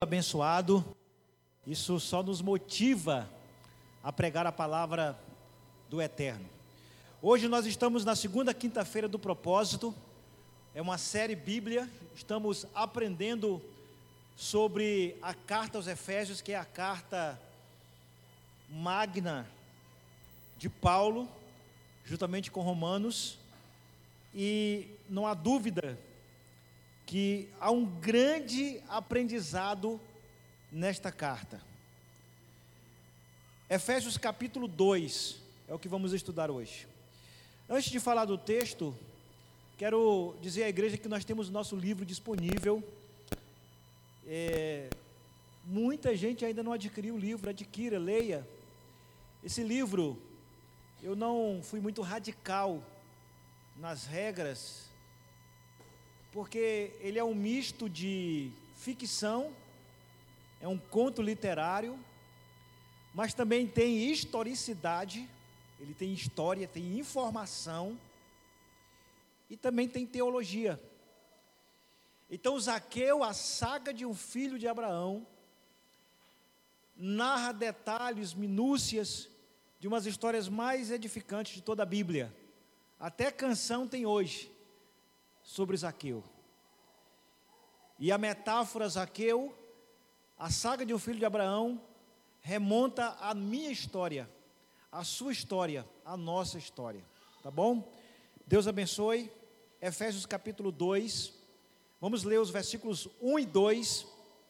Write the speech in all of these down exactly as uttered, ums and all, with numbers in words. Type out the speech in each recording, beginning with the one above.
Abençoado, isso só nos motiva a pregar a palavra do Eterno. Hoje nós estamos na segunda quinta-feira do propósito, é uma série Bíblia, estamos aprendendo sobre a carta aos Efésios, que é a carta magna de Paulo, juntamente com Romanos, e não há dúvida que há um grande aprendizado nesta carta. Efésios capítulo dois é o que vamos estudar hoje. Antes de falar do texto, quero dizer à igreja que nós temos o nosso livro disponível. É, muita gente ainda não adquiriu o livro, adquira, leia. Esse livro, eu não fui muito radical nas regras, porque ele é um misto de ficção, é um conto literário, mas também tem historicidade, ele tem história, tem informação, e também tem teologia. Então Zaqueu, a saga de um filho de Abraão, narra detalhes, minúcias, de umas histórias mais edificantes de toda a Bíblia. Até canção tem hoje sobre Zaqueu. E a metáfora Zaqueu, a saga de um filho de Abraão, remonta à minha história, à sua história, à nossa história. Tá bom? Deus abençoe. Efésios capítulo dois. Vamos ler os versículos um e dois.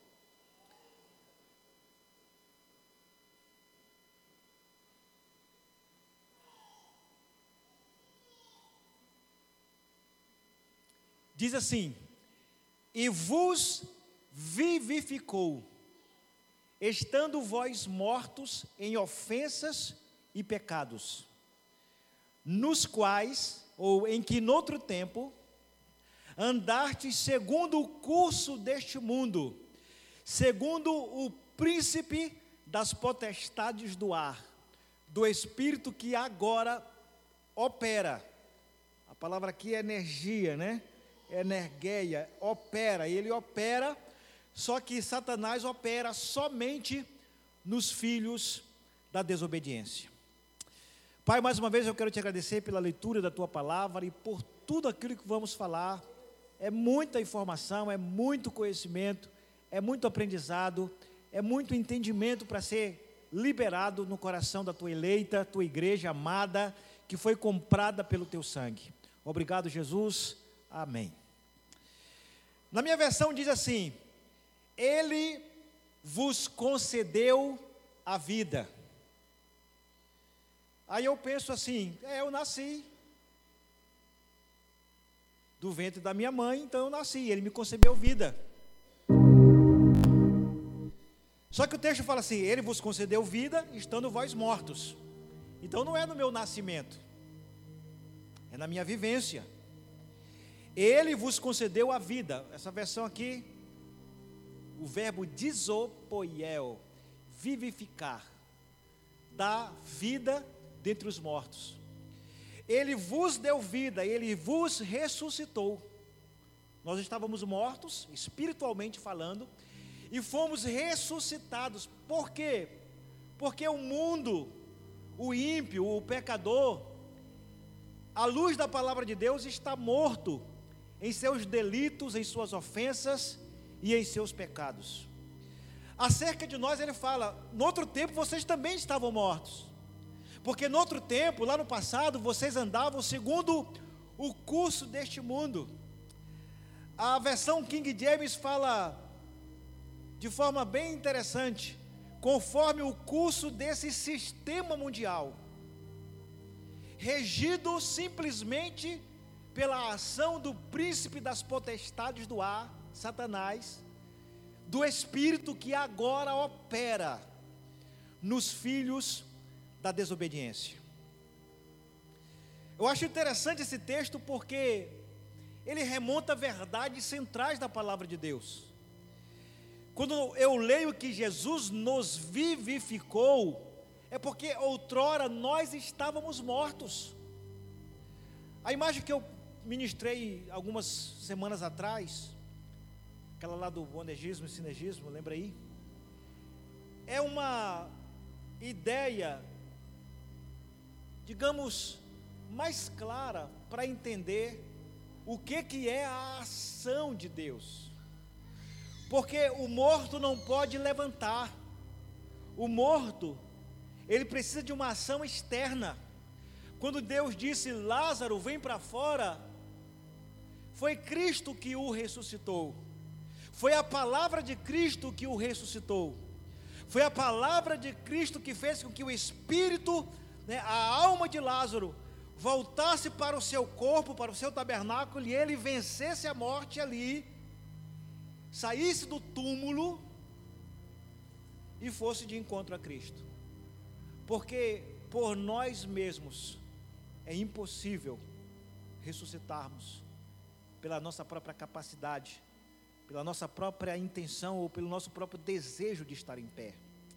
Diz assim: e vos vivificou, estando vós mortos em ofensas e pecados, nos quais, ou em que noutro tempo, andastes segundo o curso deste mundo, segundo o príncipe das potestades do ar, do espírito que agora opera. A palavra aqui é energia, né? Energeia, opera, ele opera, só que Satanás opera somente nos filhos da desobediência. Pai, mais uma vez eu quero te agradecer pela leitura da tua palavra e por tudo aquilo que vamos falar. É muita informação, é muito conhecimento, é muito aprendizado, é muito entendimento para ser liberado no coração da tua eleita, tua igreja amada, que foi comprada pelo teu sangue. Obrigado, Jesus. Amém. Na minha versão diz assim: ele vos concedeu a vida. Aí eu penso assim, é, eu nasci do ventre da minha mãe, então eu nasci, ele me concedeu vida. Só que o texto fala assim: ele vos concedeu vida, estando vós mortos. Então não é no meu nascimento, é na minha vivência. Ele vos concedeu a vida. Essa versão aqui, o verbo disopoiel, vivificar, dar vida dentre os mortos. Ele vos deu vida, ele vos ressuscitou. Nós estávamos mortos, espiritualmente falando, e fomos ressuscitados. Por quê? Porque o mundo, o ímpio, o pecador, à luz da palavra de Deus, está morto em seus delitos, em suas ofensas e em seus pecados. Acerca de nós ele fala: no outro tempo vocês também estavam mortos, porque no outro tempo, lá no passado, vocês andavam segundo o curso deste mundo. A versão King James fala de forma bem interessante: conforme o curso desse sistema mundial, regido simplesmente pela ação do príncipe das potestades do ar, Satanás, do espírito que agora opera nos filhos da desobediência. Eu acho interessante esse texto porque ele remonta a verdades centrais da palavra de Deus. Quando eu leio que Jesus nos vivificou, é porque outrora nós estávamos mortos. A imagem que eu ministrei algumas semanas atrás aquela lá do monegismo e sinergismo, lembra aí? É uma ideia, digamos, mais clara para entender o que que é a ação de Deus. Porque o morto não pode levantar. O morto, ele precisa de uma ação externa. Quando Deus disse: Lázaro, vem para fora, foi Cristo que o ressuscitou. Foi a palavra de Cristo que o ressuscitou. Foi a palavra de Cristo que fez com que o espírito, né, a alma de Lázaro, voltasse para o seu corpo, para o seu tabernáculo, e ele vencesse a morte ali, saísse do túmulo e fosse de encontro a Cristo. Porque por nós mesmos é impossível ressuscitarmos pela nossa própria capacidade, pela nossa própria intenção ou pelo nosso próprio desejo de estar em pé.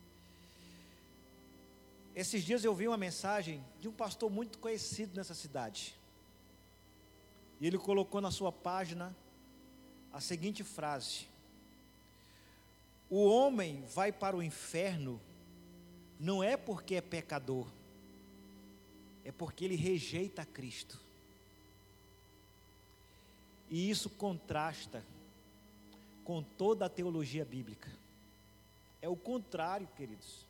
Esses dias eu vi uma mensagem de um pastor muito conhecido nessa cidade. E ele colocou na sua página a seguinte frase: o homem vai para o inferno não é porque é pecador, é porque ele rejeita Cristo. E isso contrasta com toda a teologia bíblica. É o contrário, queridos.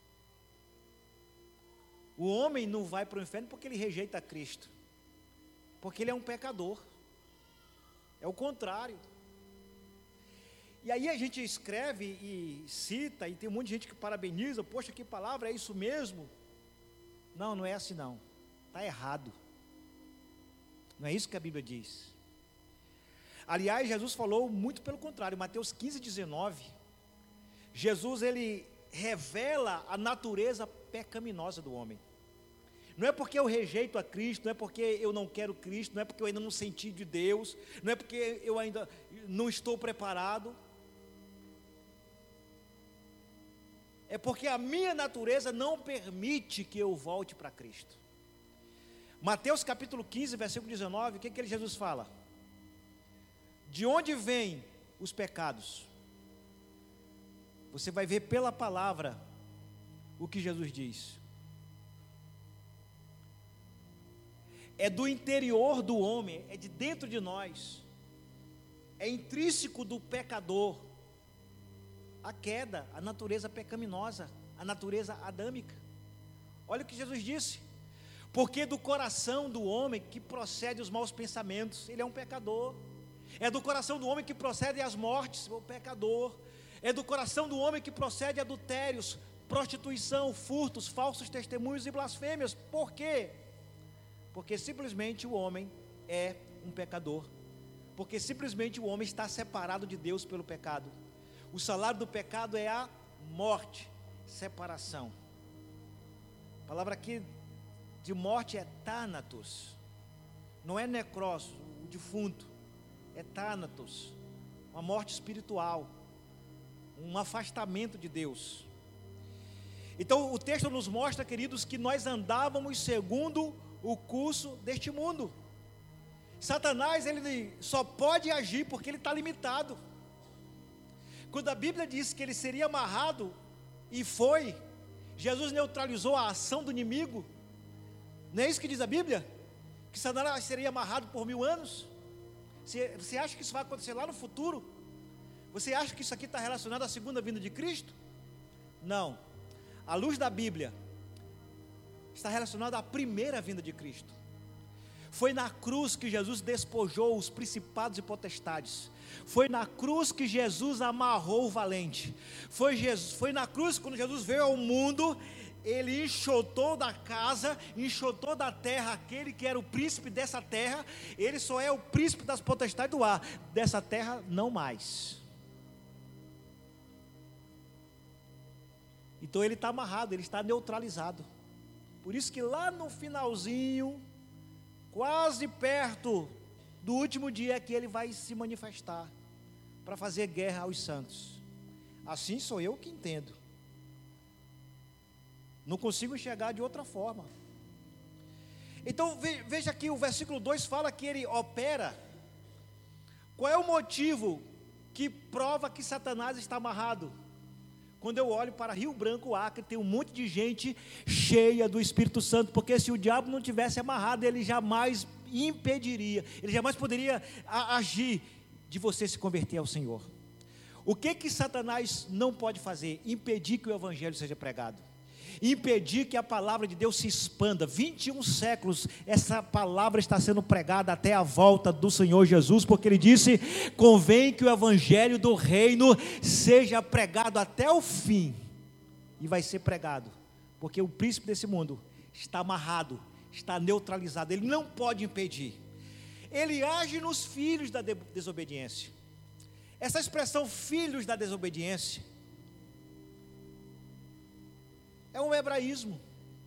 O homem não vai para o inferno porque ele rejeita Cristo, porque ele é um pecador. É o contrário. E aí a gente escreve e cita, e tem um monte de gente que parabeniza: poxa, que palavra, é isso mesmo? Não, não é assim não, está errado. Não é isso que a Bíblia diz. Aliás, Jesus falou muito pelo contrário. Mateus quinze, dezenove, Jesus, ele revela a natureza pecaminosa do homem. Não é porque eu rejeito a Cristo, não é porque eu não quero Cristo, não é porque eu ainda não senti de Deus, não é porque eu ainda não estou preparado. É porque a minha natureza não permite que eu volte para Cristo. Mateus capítulo quinze, versículo dezenove, o que que ele, Jesus fala? De onde vêm os pecados? Você vai ver pela palavra o que Jesus diz. É do interior do homem, é de dentro de nós, é intrínseco do pecador, a queda, a natureza pecaminosa, a natureza adâmica. Olha o que Jesus disse: porque do coração do homem que procede os maus pensamentos, ele é um pecador. É do coração do homem que procede as mortes, o pecador. É do coração do homem que procede adultérios, prostituição, furtos, falsos testemunhos e blasfêmias. Por quê? Porque simplesmente o homem é um pecador. Porque simplesmente o homem está separado de Deus pelo pecado. O salário do pecado é a morte, separação. A palavra aqui de morte é thanatos. Não é necros, o defunto. É thanatos, uma morte espiritual, um afastamento de Deus. Então o texto nos mostra, queridos, que nós andávamos segundo o curso deste mundo. Satanás, ele só pode agir porque ele está limitado. Quando a Bíblia diz que ele seria amarrado, e foi, Jesus neutralizou a ação do inimigo. Não é isso que diz a Bíblia? Que Satanás seria amarrado por mil anos? Você, você acha que isso vai acontecer lá no futuro? Você acha que isso aqui está relacionado à segunda vinda de Cristo? Não. À luz da Bíblia, está relacionado à primeira vinda de Cristo. Foi na cruz que Jesus despojou os principados e potestades. Foi na cruz que Jesus amarrou o valente. Foi, Jesus, foi na cruz quando Jesus veio ao mundo. Ele enxotou da casa, enxotou da terra aquele que era o príncipe dessa terra. Ele só é o príncipe das potestades do ar, dessa terra não mais. Então ele está amarrado, ele está neutralizado. Por isso que lá no finalzinho, quase perto do último dia, é que ele vai se manifestar para fazer guerra aos santos. Assim sou eu que entendo. Não consigo enxergar de outra forma. Então veja aqui, o versículo dois fala que ele opera. Qual é o motivo que prova que Satanás está amarrado? Quando eu olho para Rio Branco, Acre, tem um monte de gente cheia do Espírito Santo, porque se o diabo não tivesse amarrado, ele jamais impediria, ele jamais poderia a, agir de você se converter ao Senhor. O que que Satanás não pode fazer? Impedir que o Evangelho seja pregado, impedir que a palavra de Deus se expanda. vinte e um séculos essa palavra está sendo pregada até a volta do Senhor Jesus, porque Ele disse: convém que o Evangelho do reino seja pregado até o fim, e vai ser pregado, porque o príncipe desse mundo está amarrado, está neutralizado, ele não pode impedir. Ele age nos filhos da desobediência. Essa expressão filhos da desobediência é um hebraísmo.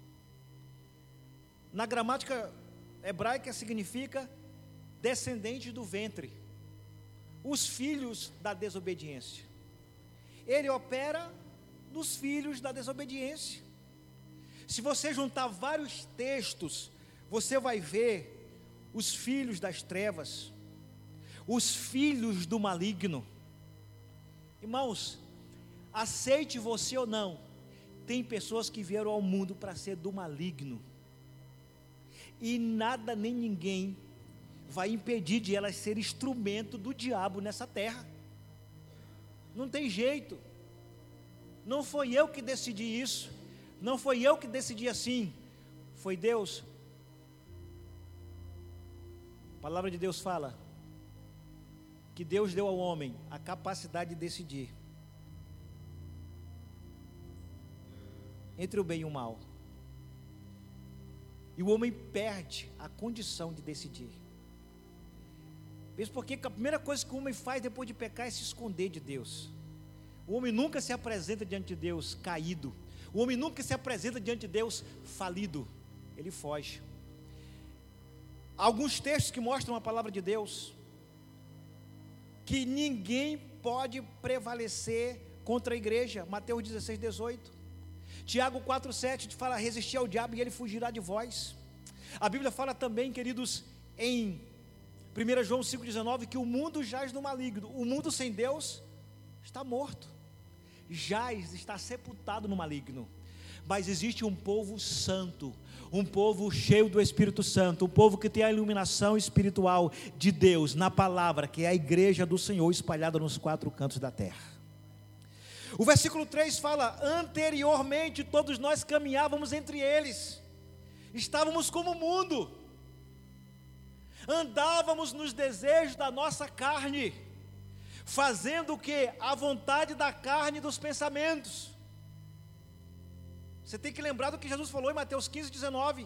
Na gramática hebraica significa descendente do ventre, os filhos da desobediência. Ele opera nos filhos da desobediência. Se você juntar vários textos, você vai ver os filhos das trevas, os filhos do maligno. Irmãos, aceite você ou não, tem pessoas que vieram ao mundo para ser do maligno, e nada nem ninguém vai impedir de elas ser instrumento do diabo nessa terra. Não tem jeito. Não foi eu que decidi isso, não foi eu que decidi assim, foi Deus. A palavra de Deus fala que Deus deu ao homem a capacidade de decidir entre o bem e o mal, e o homem perde a condição de decidir. Mesmo porque a primeira coisa que o homem faz depois de pecar é se esconder de Deus. O homem nunca se apresenta diante de Deus caído, o homem nunca se apresenta diante de Deus falido, ele foge. Alguns textos que mostram a palavra de Deus, que ninguém pode prevalecer contra a igreja. Mateus dezesseis, dezoito, Tiago quatro, sete, fala: resistir ao diabo e ele fugirá de vós. A Bíblia fala também, queridos, em primeiro João cinco, dezenove, que o mundo jaz no maligno. O mundo sem Deus está morto, jaz, está sepultado no maligno. Mas existe um povo santo, um povo cheio do Espírito Santo, um povo que tem a iluminação espiritual de Deus na palavra, que é a igreja do Senhor espalhada nos quatro cantos da terra. O versículo três fala: anteriormente todos nós caminhávamos entre eles, estávamos como o mundo, andávamos nos desejos da nossa carne, fazendo o que? A vontade da carne e dos pensamentos. Você tem que lembrar do que Jesus falou em Mateus quinze, dezenove.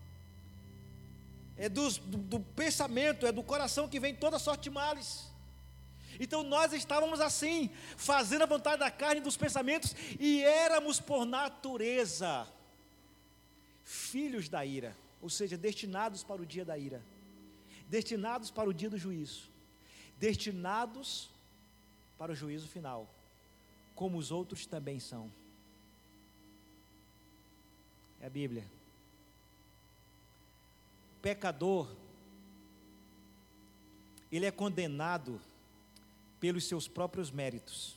É dos, do, do pensamento, é do coração que vem toda sorte de males. Então nós estávamos assim, fazendo a vontade da carne e dos pensamentos, e éramos por natureza filhos da ira, ou seja, destinados para o dia da ira, destinados para o dia do juízo, destinados para o juízo final, como os outros também são. É a Bíblia. O pecador, ele é condenado pelos seus próprios méritos.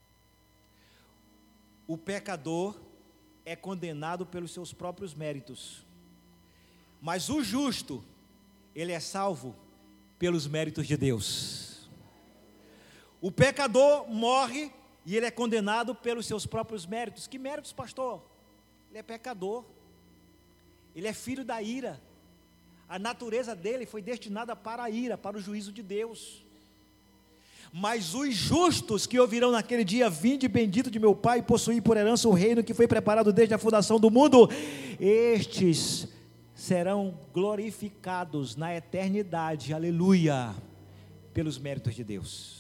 O pecador é condenado pelos seus próprios méritos. Mas o justo, ele é salvo pelos méritos de Deus. O pecador morre e ele é condenado pelos seus próprios méritos. Que méritos, pastor? Ele é pecador, ele é filho da ira, a natureza dele foi destinada para a ira, para o juízo de Deus. Mas os justos que ouvirão naquele dia: vinde bendito de meu Pai, possuí por herança o reino que foi preparado desde a fundação do mundo, estes serão glorificados na eternidade, aleluia, pelos méritos de Deus.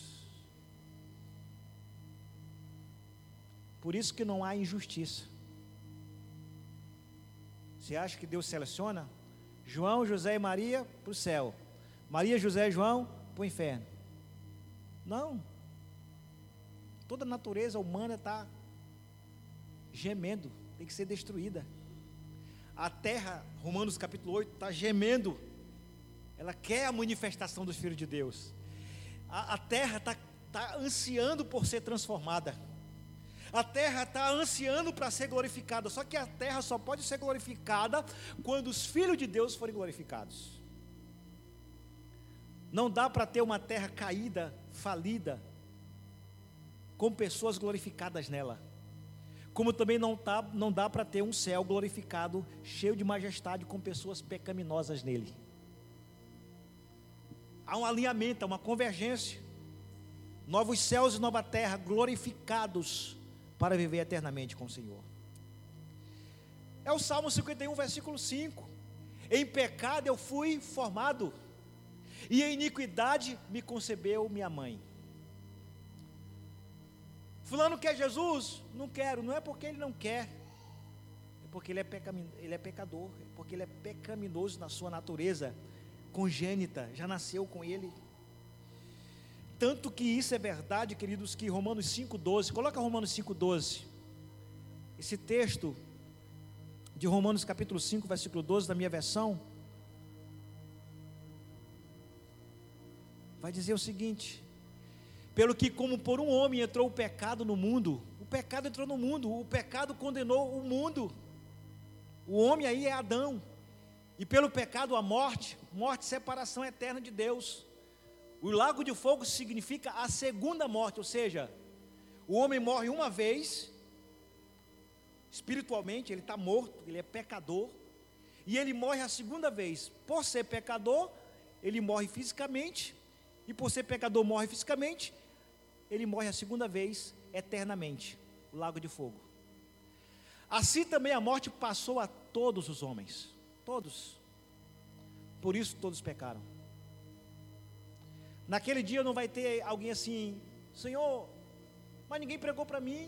Por isso que não há injustiça. Você acha que Deus seleciona João, José e Maria para o céu, Maria, José e João para o inferno? Não. Toda a natureza humana está gemendo, tem que ser destruída. A terra, Romanos capítulo oito, está gemendo, ela quer a manifestação dos filhos de Deus. A, a terra está está ansiando por ser transformada. A terra está ansiando para ser glorificada. Só que a terra só pode ser glorificada quando os filhos de Deus forem glorificados. Não dá para ter uma terra caída, falida, com pessoas glorificadas nela. Como também não, tá, não dá para ter um céu glorificado, cheio de majestade, com pessoas pecaminosas nele. Há um alinhamento, há uma convergência. Novos céus e nova terra, glorificados para viver eternamente com o Senhor. É o Salmo cinquenta e um, versículo cinco. Em pecado eu fui formado, e em iniquidade me concebeu minha mãe. Fulano quer Jesus? Não quero. Não é porque ele não quer, é porque ele é, pecamin... ele é pecador, é porque ele é pecaminoso na sua natureza congênita, já nasceu com ele. Tanto que isso é verdade, queridos, que Romanos cinco, doze, coloca Romanos cinco, doze, esse texto de Romanos capítulo cinco, versículo doze, da minha versão, vai dizer o seguinte: pelo que como por um homem entrou o pecado no mundo, o pecado entrou no mundo, o pecado condenou o mundo, o homem aí é Adão, e pelo pecado a morte, morte, separação eterna de Deus. O lago de fogo significa a segunda morte, ou seja, o homem morre uma vez, espiritualmente, ele está morto, ele é pecador, e ele morre a segunda vez, por ser pecador, ele morre fisicamente, e por ser pecador morre fisicamente, ele morre a segunda vez, eternamente, o lago de fogo. Assim também a morte passou a todos os homens, todos, por isso todos pecaram. Naquele dia não vai ter alguém assim: Senhor, mas ninguém pregou para mim.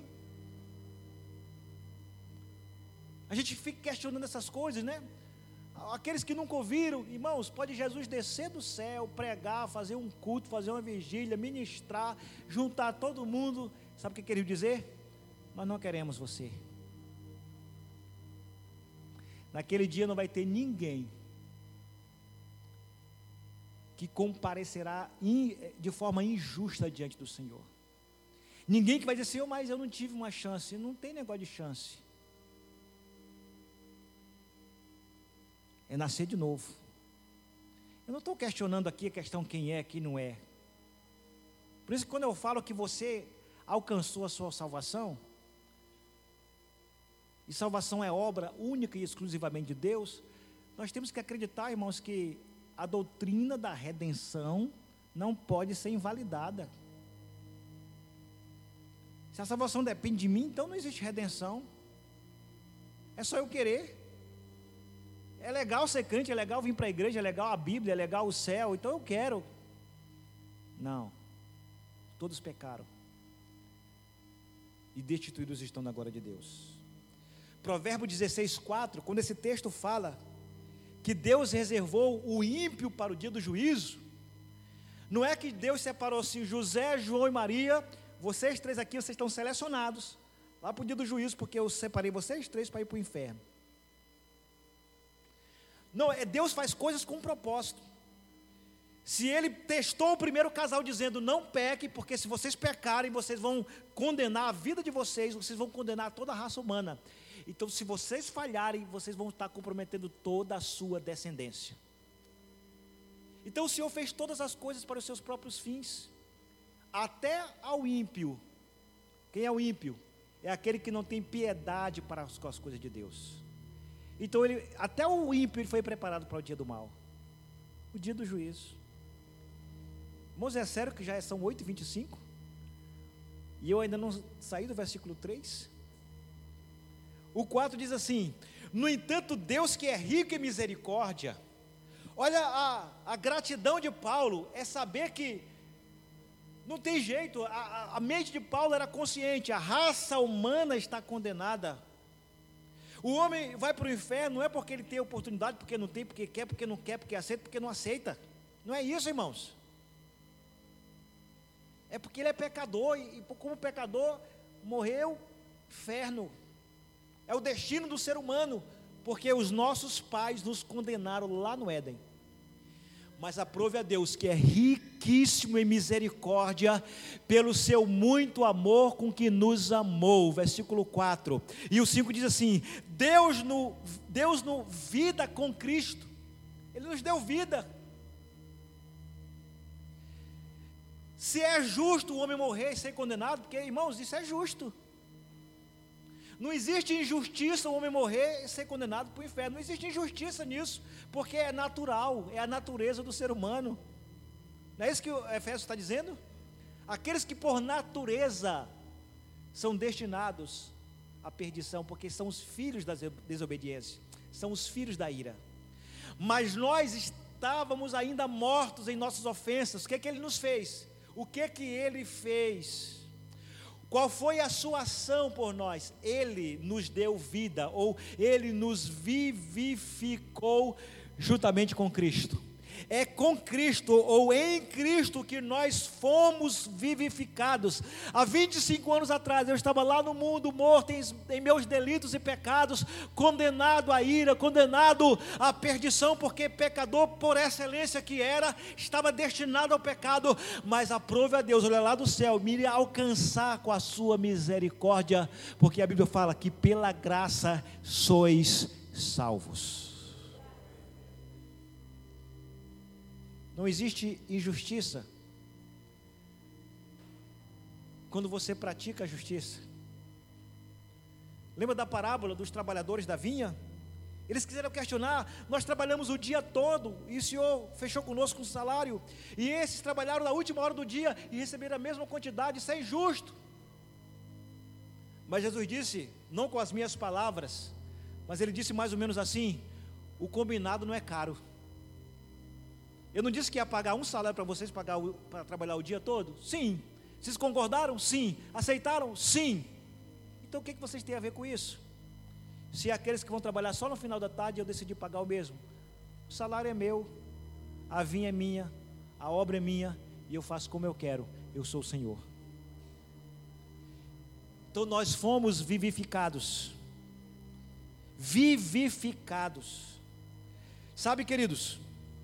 A gente fica questionando essas coisas, né? Aqueles que nunca ouviram, irmãos, pode Jesus descer do céu, pregar, fazer um culto, fazer uma vigília, ministrar, juntar todo mundo, sabe o que queria dizer? Nós não queremos você. Naquele dia não vai ter ninguém que comparecerá in, de forma injusta diante do Senhor. Ninguém que vai dizer: Senhor, mas eu não tive uma chance. Não tem negócio de chance. É nascer de novo. Eu não estou questionando aqui a questão quem é, quem não é. Por isso que quando eu falo que você alcançou a sua salvação, e salvação é obra única e exclusivamente de Deus, nós temos que acreditar, irmãos, que a doutrina da redenção não pode ser invalidada. Se a salvação depende de mim, então não existe redenção. É só eu querer. É legal ser crente, é legal vir para a igreja, é legal a Bíblia, é legal o céu, então eu quero. Não. Todos pecaram e destituídos estão na glória de Deus. Provérbio dezesseis, quatro, quando esse texto fala que Deus reservou o ímpio para o dia do juízo, não é que Deus separou assim: José, João e Maria, vocês três aqui, vocês estão selecionados lá para o dia do juízo, porque eu separei vocês três para ir para o inferno. Não, é Deus faz coisas com propósito. Se Ele testou o primeiro casal dizendo: não peque, porque se vocês pecarem, vocês vão condenar a vida de vocês, vocês vão condenar toda a raça humana. Então, se vocês falharem, vocês vão estar comprometendo toda a sua descendência. Então, o Senhor fez todas as coisas para os seus próprios fins, até ao ímpio. Quem é o ímpio? É aquele que não tem piedade para as, com as coisas de Deus. Então, ele, até o ímpio ele foi preparado para o dia do mal, o dia do juízo. Irmãos, é sério que já são oito e vinte e cinco? E eu ainda não saí do versículo três? O quatro diz assim: no entanto, Deus que é rico em misericórdia. Olha a, a gratidão de Paulo, é saber que não tem jeito, a, a mente de Paulo era consciente, a raça humana está condenada. O homem vai para o inferno, não é porque ele tem oportunidade, porque não tem, porque quer, porque não quer, porque aceita, porque não aceita. Não é isso, irmãos. É porque ele é pecador, e como pecador, morreu, inferno. É o destino do ser humano, porque os nossos pais nos condenaram lá no Éden. Mas aprove a Deus, que é riquíssimo em misericórdia, pelo seu muito amor com que nos amou. Versículo quatro. E o cinco diz assim: Deus no, Deus no vida com Cristo, Ele nos deu vida. Se é justo o homem morrer e ser condenado, porque, irmãos, isso é justo. Não existe injustiça o homem morrer e ser condenado para o inferno. Não existe injustiça nisso, porque é natural, é a natureza do ser humano. Não é isso que o Efésios está dizendo? Aqueles que por natureza são destinados à perdição, porque são os filhos da desobediência, são os filhos da ira. Mas nós estávamos ainda mortos em nossas ofensas. O que é que Ele nos fez? O que é que Ele fez? Qual foi a sua ação por nós? Ele nos deu vida, ou Ele nos vivificou juntamente com Cristo. É com Cristo, ou em Cristo, que nós fomos vivificados. Há vinte e cinco anos atrás, eu estava lá no mundo, morto em, em meus delitos e pecados, condenado à ira, condenado à perdição, porque pecador por excelência que era, estava destinado ao pecado. Mas aprove a Deus, olha lá do céu, me alcançar com a sua misericórdia, porque a Bíblia fala que pela graça sois salvos. Não existe injustiça quando você pratica a justiça. Lembra da parábola dos trabalhadores da vinha? Eles quiseram questionar: nós trabalhamos o dia todo e o Senhor fechou conosco um salário, e esses trabalharam na última hora do dia e receberam a mesma quantidade. Isso é injusto. Mas Jesus disse, não com as minhas palavras, mas Ele disse mais ou menos assim: o combinado não é caro. Eu não disse que ia pagar um salário para vocês pagar para trabalhar o dia todo? Sim. Vocês concordaram? Sim. Aceitaram? Sim. Então o que, que vocês têm a ver com isso? Se aqueles que vão trabalhar só no final da tarde, eu decidi pagar o mesmo. O salário é meu, a vinha é minha, a obra é minha, e eu faço como eu quero. Eu sou o Senhor. Então nós fomos vivificados. Vivificados. Sabe, queridos,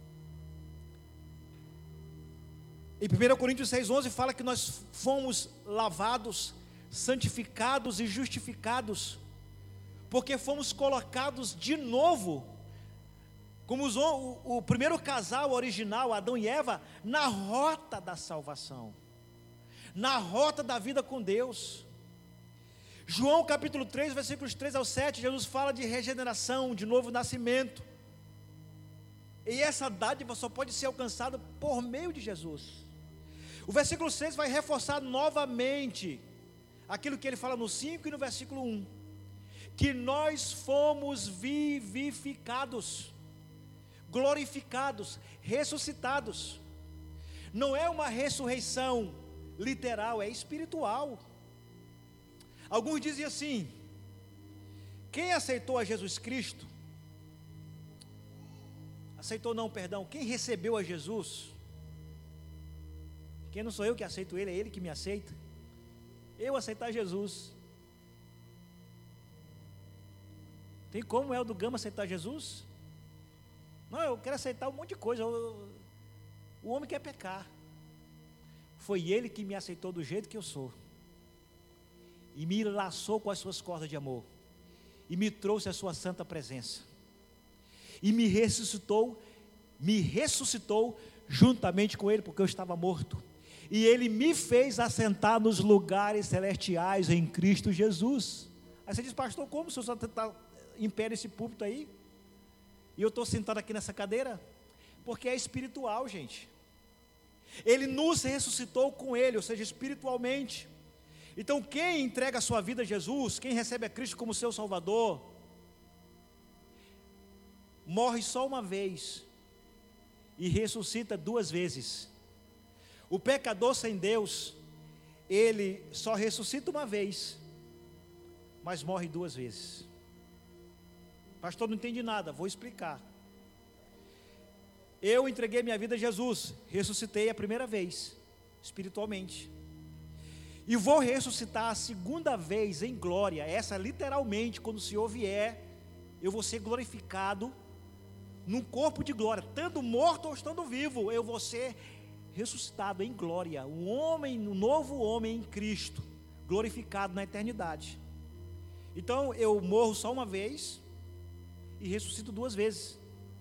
em primeira Coríntios seis, onze fala que nós fomos lavados, santificados e justificados, porque fomos colocados de novo, como os, o, o primeiro casal original, Adão e Eva, na rota da salvação, na rota da vida com Deus. João capítulo três, versículos três ao sete, Jesus fala de regeneração, de novo nascimento, e essa dádiva só pode ser alcançada por meio de Jesus. O versículo seis vai reforçar novamente aquilo que ele fala no cinco e no versículo um, que nós fomos vivificados, glorificados, ressuscitados. Não é uma ressurreição literal, é espiritual. Alguns dizem assim: quem aceitou a Jesus Cristo, aceitou não, perdão, quem recebeu a Jesus, quem não sou eu que aceito Ele, é Ele que me aceita. Eu aceitar Jesus. Tem como El do Gama aceitar Jesus? Não, eu quero aceitar um monte de coisa. Eu, o homem quer pecar. Foi Ele que me aceitou do jeito que eu sou, e me laçou com as suas cordas de amor, e me trouxe a sua santa presença, e me ressuscitou, me ressuscitou juntamente com Ele, porque eu estava morto, e Ele me fez assentar nos lugares celestiais em Cristo Jesus. Aí você diz: pastor, como o senhor está em pé nesse púlpito aí, e eu estou sentado aqui nessa cadeira? Porque é espiritual, gente. Ele nos ressuscitou com Ele, ou seja, espiritualmente. Então quem entrega a sua vida a Jesus, quem recebe a Cristo como seu Salvador, morre só uma vez e ressuscita duas vezes. O pecador sem Deus, ele só ressuscita uma vez, mas morre duas vezes. Pastor, não entendi nada, vou explicar. Eu entreguei minha vida a Jesus, ressuscitei a primeira vez, espiritualmente, e vou ressuscitar a segunda vez em glória. Essa literalmente, quando o Senhor vier, eu vou ser glorificado num corpo de glória, estando morto ou estando vivo, eu vou ser ressuscitado em glória, um homem, um novo homem em Cristo, glorificado na eternidade. Então eu morro só uma vez e ressuscito duas vezes.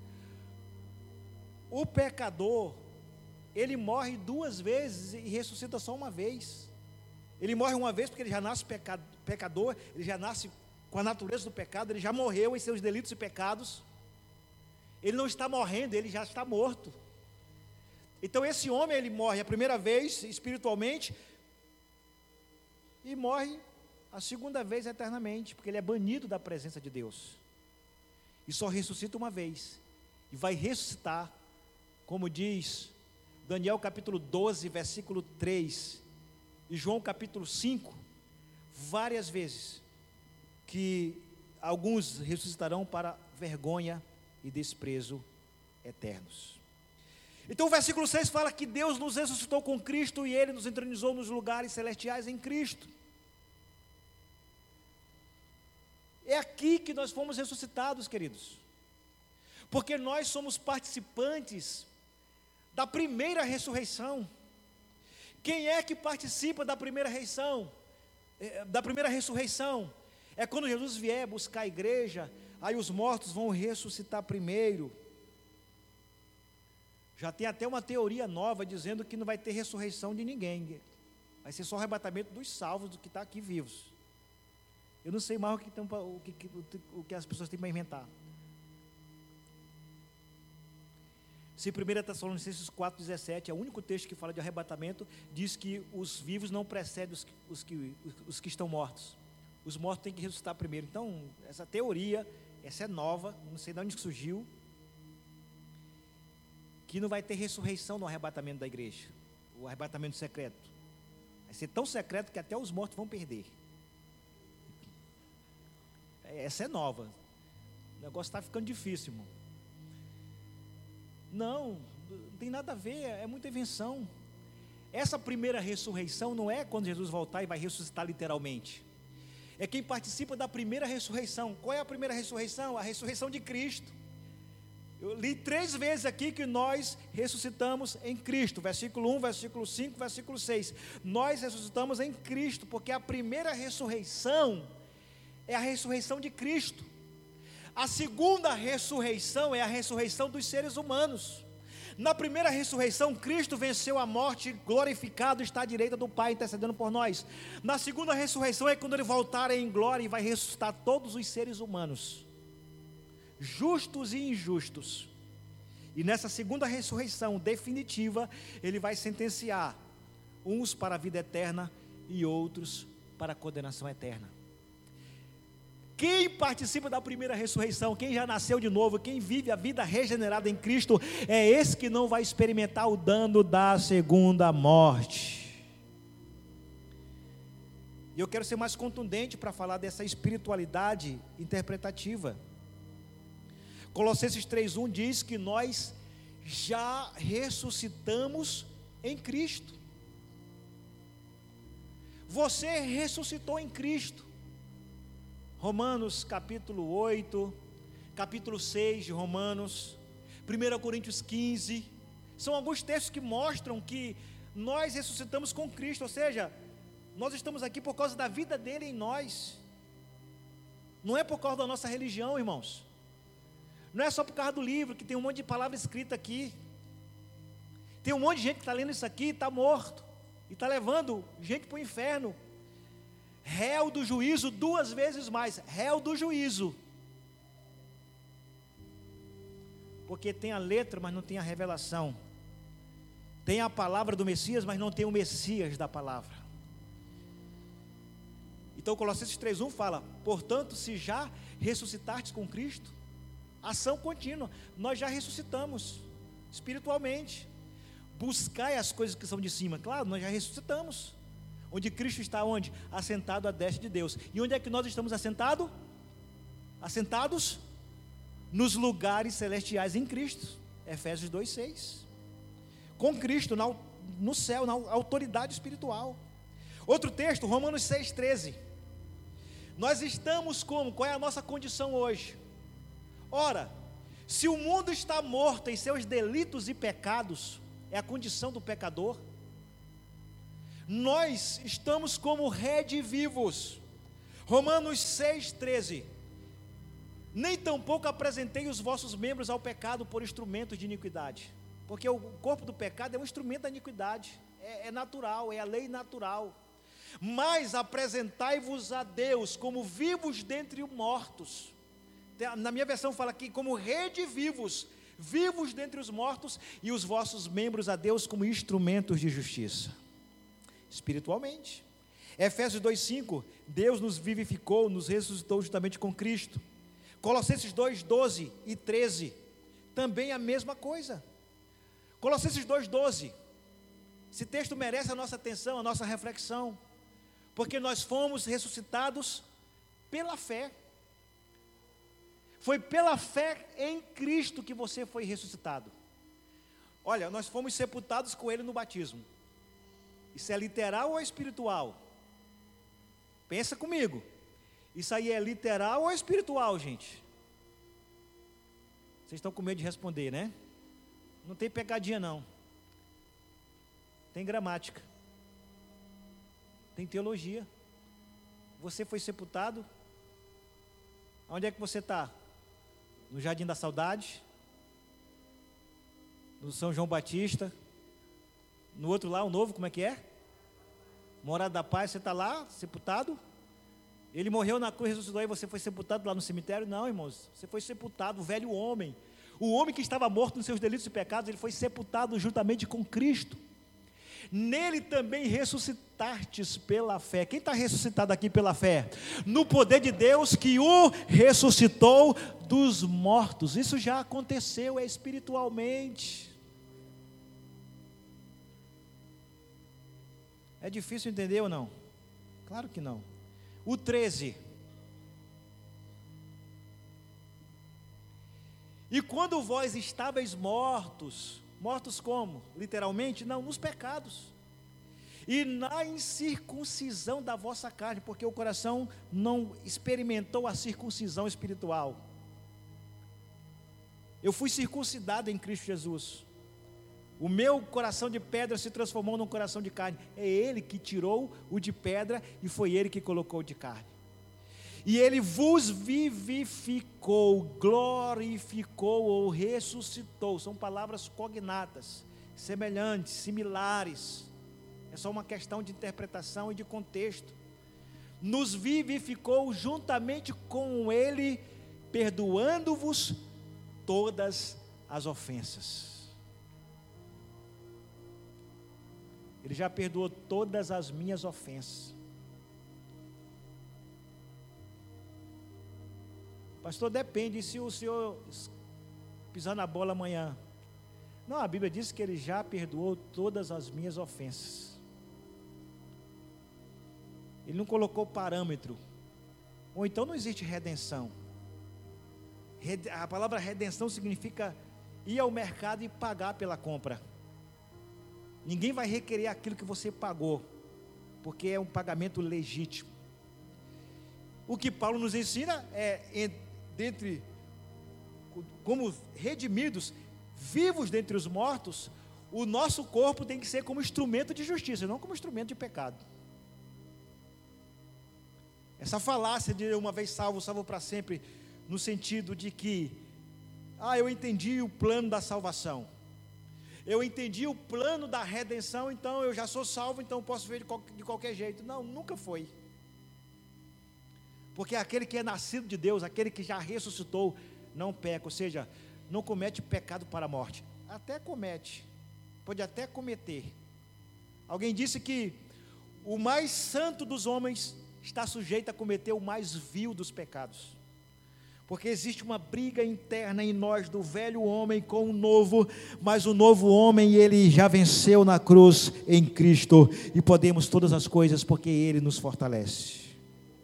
O pecador, ele morre duas vezes e ressuscita só uma vez. Ele morre uma vez porque ele já nasce pecador, ele já nasce com a natureza do pecado, ele já morreu em seus delitos e pecados. Ele não está morrendo, ele já está morto. Então esse homem, ele morre a primeira vez espiritualmente e morre a segunda vez eternamente, porque ele é banido da presença de Deus. E só ressuscita uma vez, e vai ressuscitar, como diz Daniel capítulo doze, versículo três, e João capítulo cinco, várias vezes, que alguns ressuscitarão para vergonha e desprezo eternos. Então o versículo seis fala que Deus nos ressuscitou com Cristo e Ele nos entronizou nos lugares celestiais em Cristo. É aqui que nós fomos ressuscitados, queridos, porque nós somos participantes da primeira ressurreição. Quem é que participa da primeira ressurreição? Da primeira ressurreição é quando Jesus vier buscar a igreja, aí os mortos vão ressuscitar primeiro. Já tem até uma teoria nova dizendo que não vai ter ressurreição de ninguém, vai ser só o arrebatamento dos salvos, do que está aqui vivos. Eu não sei mais o que, tem, o que, o que as pessoas têm para inventar. Se primeira Tessalonicenses quatro, dezessete, é o único texto que fala de arrebatamento, diz que os vivos não precedem os, os, que, os que estão mortos. Os mortos têm que ressuscitar primeiro. Então, essa teoria, essa é nova, não sei de onde surgiu, que não vai ter ressurreição no arrebatamento da igreja, o arrebatamento secreto. Vai ser tão secreto que até os mortos vão perder. Essa é nova. O negócio está ficando difícil, irmão. Não, não tem nada a ver, é muita invenção. Essa primeira ressurreição não é quando Jesus voltar e vai ressuscitar literalmente. É quem participa da primeira ressurreição. Qual é a primeira ressurreição? A ressurreição de Cristo. Eu li três vezes aqui que nós ressuscitamos em Cristo. Versículo um, versículo cinco, versículo seis. Nós ressuscitamos em Cristo, porque a primeira ressurreição é a ressurreição de Cristo. A segunda ressurreição é a ressurreição dos seres humanos. Na primeira ressurreição, Cristo venceu a morte, glorificado, está à direita do Pai, intercedendo por nós. Na segunda ressurreição é quando Ele voltar em glória e vai ressuscitar todos os seres humanos, justos e injustos. E nessa segunda ressurreição definitiva, Ele vai sentenciar uns para a vida eterna e outros para a condenação eterna. Quem participa da primeira ressurreição, quem já nasceu de novo, quem vive a vida regenerada em Cristo, é esse que não vai experimentar o dano da segunda morte. E eu quero ser mais contundente para falar dessa espiritualidade interpretativa. Colossenses três, um diz que nós já ressuscitamos em Cristo. Você ressuscitou em Cristo. Romanos capítulo oito, capítulo seis de Romanos, primeira Coríntios quinze, são alguns textos que mostram que nós ressuscitamos com Cristo, ou seja, nós estamos aqui por causa da vida dele em nós, não é por causa da nossa religião, irmãos, não é só por causa do livro, que tem um monte de palavra escrita aqui, tem um monte de gente que está lendo isso aqui e está morto, e está levando gente para o inferno, réu do juízo duas vezes mais, réu do juízo, porque tem a letra, mas não tem a revelação, tem a palavra do Messias, mas não tem o Messias da palavra. Então Colossenses três, um fala, portanto, se já ressuscitastes com Cristo, ação contínua, nós já ressuscitamos, espiritualmente, buscai as coisas que são de cima, claro, nós já ressuscitamos, onde Cristo está onde? Assentado à destra de Deus. E onde é que nós estamos assentados? Assentados nos lugares celestiais em Cristo. Efésios dois, seis. Com Cristo na, no céu, na autoridade espiritual. Outro texto, Romanos seis, treze. Nós estamos como? Qual é a nossa condição hoje? Ora, Se o mundo está morto em seus delitos e pecados, é a condição do pecador, nós estamos como redivivos. Romanos seis, treze. Nem tampouco apresentei os vossos membros ao pecado por instrumentos de iniquidade, porque o corpo do pecado é um instrumento da iniquidade, é, é natural, é a lei natural. Mas apresentai-vos a Deus como vivos dentre os mortos. Na minha versão fala aqui, como redivivos, vivos dentre os mortos, e os vossos membros a Deus como instrumentos de justiça, espiritualmente. Efésios dois, cinco, Deus nos vivificou, nos ressuscitou juntamente com Cristo. Colossenses dois, doze e treze, também a mesma coisa. Colossenses dois, doze, esse texto merece a nossa atenção, a nossa reflexão, porque nós fomos ressuscitados pela fé. Foi pela fé em Cristo que você foi ressuscitado. Olha, nós fomos sepultados com Ele no batismo. Isso é literal ou espiritual? Pensa comigo. Isso aí é literal ou espiritual, gente? Vocês estão com medo de responder, né? Não tem pegadinha não. Tem gramática. Tem teologia. Você foi sepultado. Onde é que você está? No Jardim da Saudade? No São João Batista? No outro lá, o novo, como é que é? Morada da Paz, você está lá, sepultado? Ele morreu na cruz, ressuscitou, e você foi sepultado lá no cemitério? Não, irmãos, você foi sepultado, o velho homem, o homem que estava morto nos seus delitos e pecados, ele foi sepultado juntamente com Cristo. Nele também ressuscitastes pela fé. Quem está ressuscitado aqui pela fé? No poder de Deus que o ressuscitou dos mortos. Isso já aconteceu, é espiritualmente. É difícil entender ou não? Claro que não. O treze. E quando vós estáveis mortos, mortos como? Literalmente? Não, nos pecados. E na incircuncisão da vossa carne, porque o coração não experimentou a circuncisão espiritual. Eu fui circuncidado em Cristo Jesus. O meu coração de pedra se transformou num coração de carne. É Ele que tirou o de pedra e foi Ele que colocou o de carne. E Ele vos vivificou, glorificou ou ressuscitou. São palavras cognatas, semelhantes, similares. É só uma questão de interpretação e de contexto. Nos vivificou juntamente com Ele, perdoando-vos todas as ofensas. Ele já perdoou todas as minhas ofensas. Pastor, depende se o senhor pisar na bola amanhã. Não, a Bíblia diz que Ele já perdoou todas as minhas ofensas. Ele não colocou parâmetro. Ou então não existe redenção. A palavra redenção significa ir ao mercado e pagar pela compra. Ninguém vai requerer aquilo que você pagou, porque é um pagamento legítimo. O que Paulo nos ensina é, dentre, como redimidos, vivos dentre os mortos, o nosso corpo tem que ser como instrumento de justiça, não como instrumento de pecado. Essa falácia de uma vez salvo, salvo para sempre, no sentido de que, ah, eu entendi o plano da salvação, eu entendi o plano da redenção, então eu já sou salvo, então posso ver de, qual, de qualquer jeito. Não, nunca foi. Porque aquele que é nascido de Deus, aquele que já ressuscitou, não peca, ou seja, não comete pecado para a morte. Até comete, pode até cometer. Alguém disse que o mais santo dos homens está sujeito a cometer o mais vil dos pecados. Porque existe uma briga interna em nós do velho homem com o novo, mas o novo homem, ele já venceu na cruz em Cristo, e podemos todas as coisas porque Ele nos fortalece.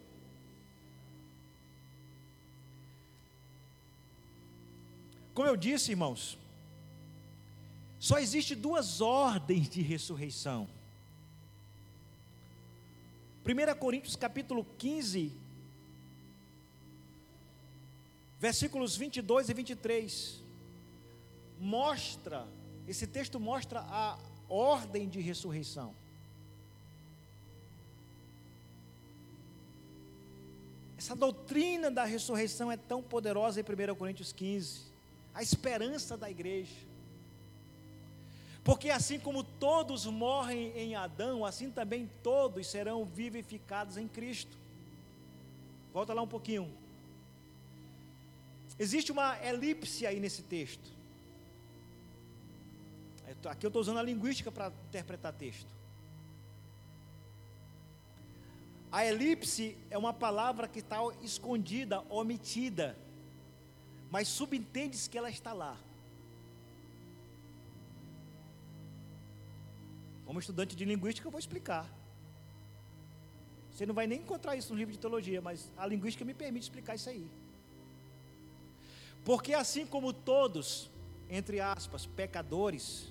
Como eu disse, irmãos, só existe duas ordens de ressurreição. primeira Coríntios capítulo quinze, versículos vinte e dois e vinte e três, mostra, esse texto mostra a ordem de ressurreição. Essa doutrina da ressurreição é tão poderosa em primeira Coríntios quinze, a esperança da igreja. Porque assim como todos morrem em Adão, assim também todos serão vivificados em Cristo. Volta lá um pouquinho. Existe uma elipse aí nesse texto. Aqui eu estou usando a linguística para interpretar texto. A elipse é uma palavra que está escondida, omitida, mas subentende-se que ela está lá. Como estudante de linguística, eu vou explicar. Você não vai nem encontrar isso no livro de teologia, mas a linguística me permite explicar isso aí. Porque assim como todos, entre aspas, pecadores,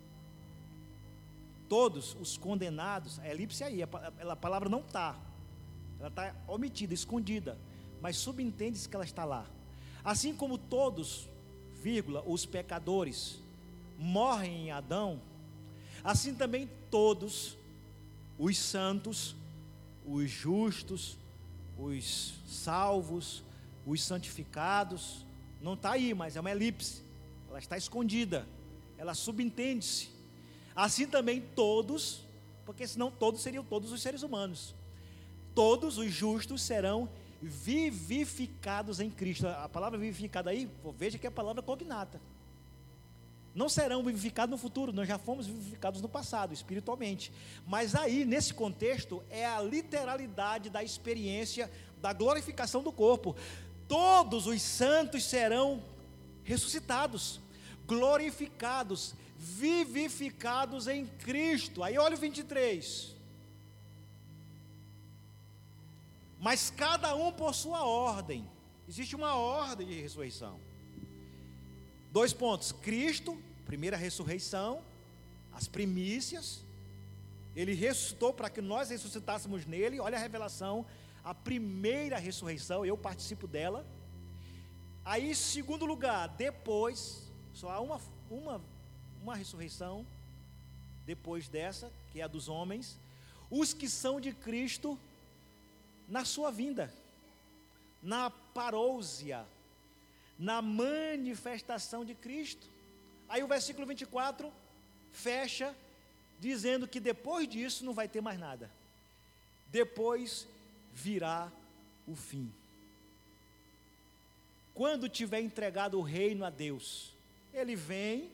todos os condenados, a elipse aí, a, a, a palavra não está, ela está omitida, escondida, mas subentende-se que ela está lá. Assim como todos, vírgula, os pecadores morrem em Adão, assim também todos os santos, os justos, os salvos, os santificados, não está aí, mas é uma elipse, ela está escondida, ela subentende-se. Assim também todos, porque senão todos seriam todos os seres humanos, todos os justos serão vivificados em Cristo. A palavra vivificada aí, veja que é a palavra cognata. Não serão vivificados no futuro, nós já fomos vivificados no passado, espiritualmente. Mas aí, nesse contexto, é a literalidade da experiência da glorificação do corpo. Todos os santos serão ressuscitados, glorificados, vivificados em Cristo. Aí olha o vinte e três. Mas cada um por sua ordem. Existe uma ordem de ressurreição. Dois pontos: Cristo, primeira ressurreição, as primícias. Ele ressuscitou para que nós ressuscitássemos nele. Olha a revelação, a primeira ressurreição, eu participo dela. Aí, segundo lugar, depois, só há uma, uma, uma ressurreição, depois dessa, que é a dos homens, os que são de Cristo, na sua vinda, na parousia, na manifestação de Cristo. Aí o versículo vinte e quatro fecha dizendo que depois disso não vai ter mais nada. Depois virá o fim. Quando tiver entregado o reino a Deus, ele vem,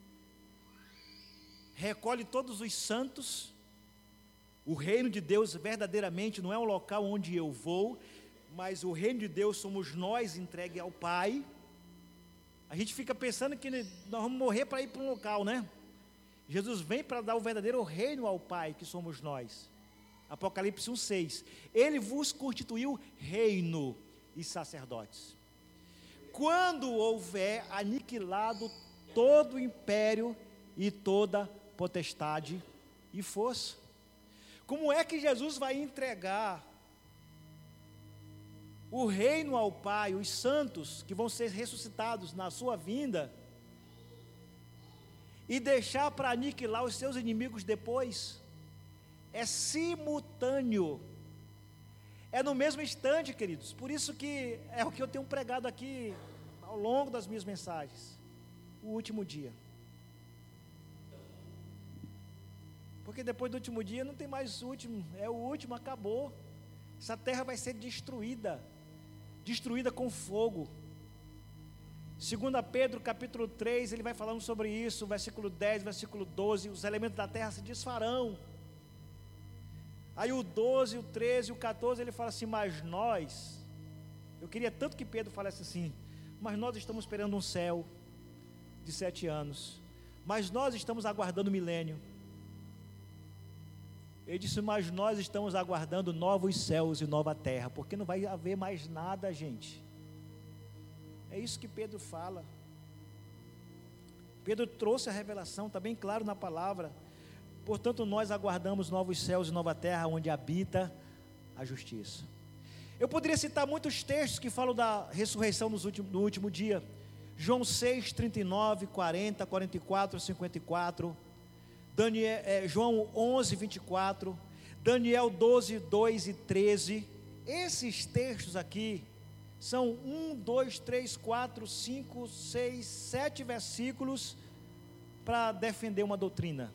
recolhe todos os santos. O reino de Deus verdadeiramente não é um local onde eu vou, mas o reino de Deus somos nós entregue ao Pai. A gente fica pensando que nós vamos morrer para ir para um local, né? Jesus vem para dar o verdadeiro reino ao Pai, que somos nós. Apocalipse um, seis. Ele vos constituiu reino e sacerdotes. Quando houver aniquilado todo o império e toda potestade e força. Como é que Jesus vai entregar o reino ao Pai, os santos que vão ser ressuscitados na sua vinda, e deixar para aniquilar os seus inimigos depois? É simultâneo, é no mesmo instante, queridos. Por isso que é o que eu tenho pregado aqui ao longo das minhas mensagens, o último dia. Porque depois do último dia não tem mais último, é o último, acabou. Essa terra vai ser destruída, destruída com fogo. Segundo Pedro capítulo três, ele vai falando sobre isso, versículo dez, versículo doze, os elementos da terra se desfarão. Aí o doze, o treze, o quatorze, ele fala assim, mas nós, eu queria tanto que Pedro falasse assim, mas nós estamos esperando um céu de sete anos, mas nós estamos aguardando o milênio. Ele disse, mas nós estamos aguardando novos céus e nova terra, porque não vai haver mais nada, gente. É isso que Pedro fala. Pedro trouxe a revelação, está bem claro na palavra. Portanto, nós aguardamos novos céus e nova terra, onde habita a justiça. Eu poderia citar muitos textos que falam da ressurreição nos últimos, no último dia. João seis, trinta e nove, quarenta, quarenta e quatro, cinquenta e quatro, Daniel, é, João onze, vinte e quatro, Daniel doze, dois e treze. Esses textos aqui são um, dois, três, quatro, cinco, seis, sete versículos para defender uma doutrina.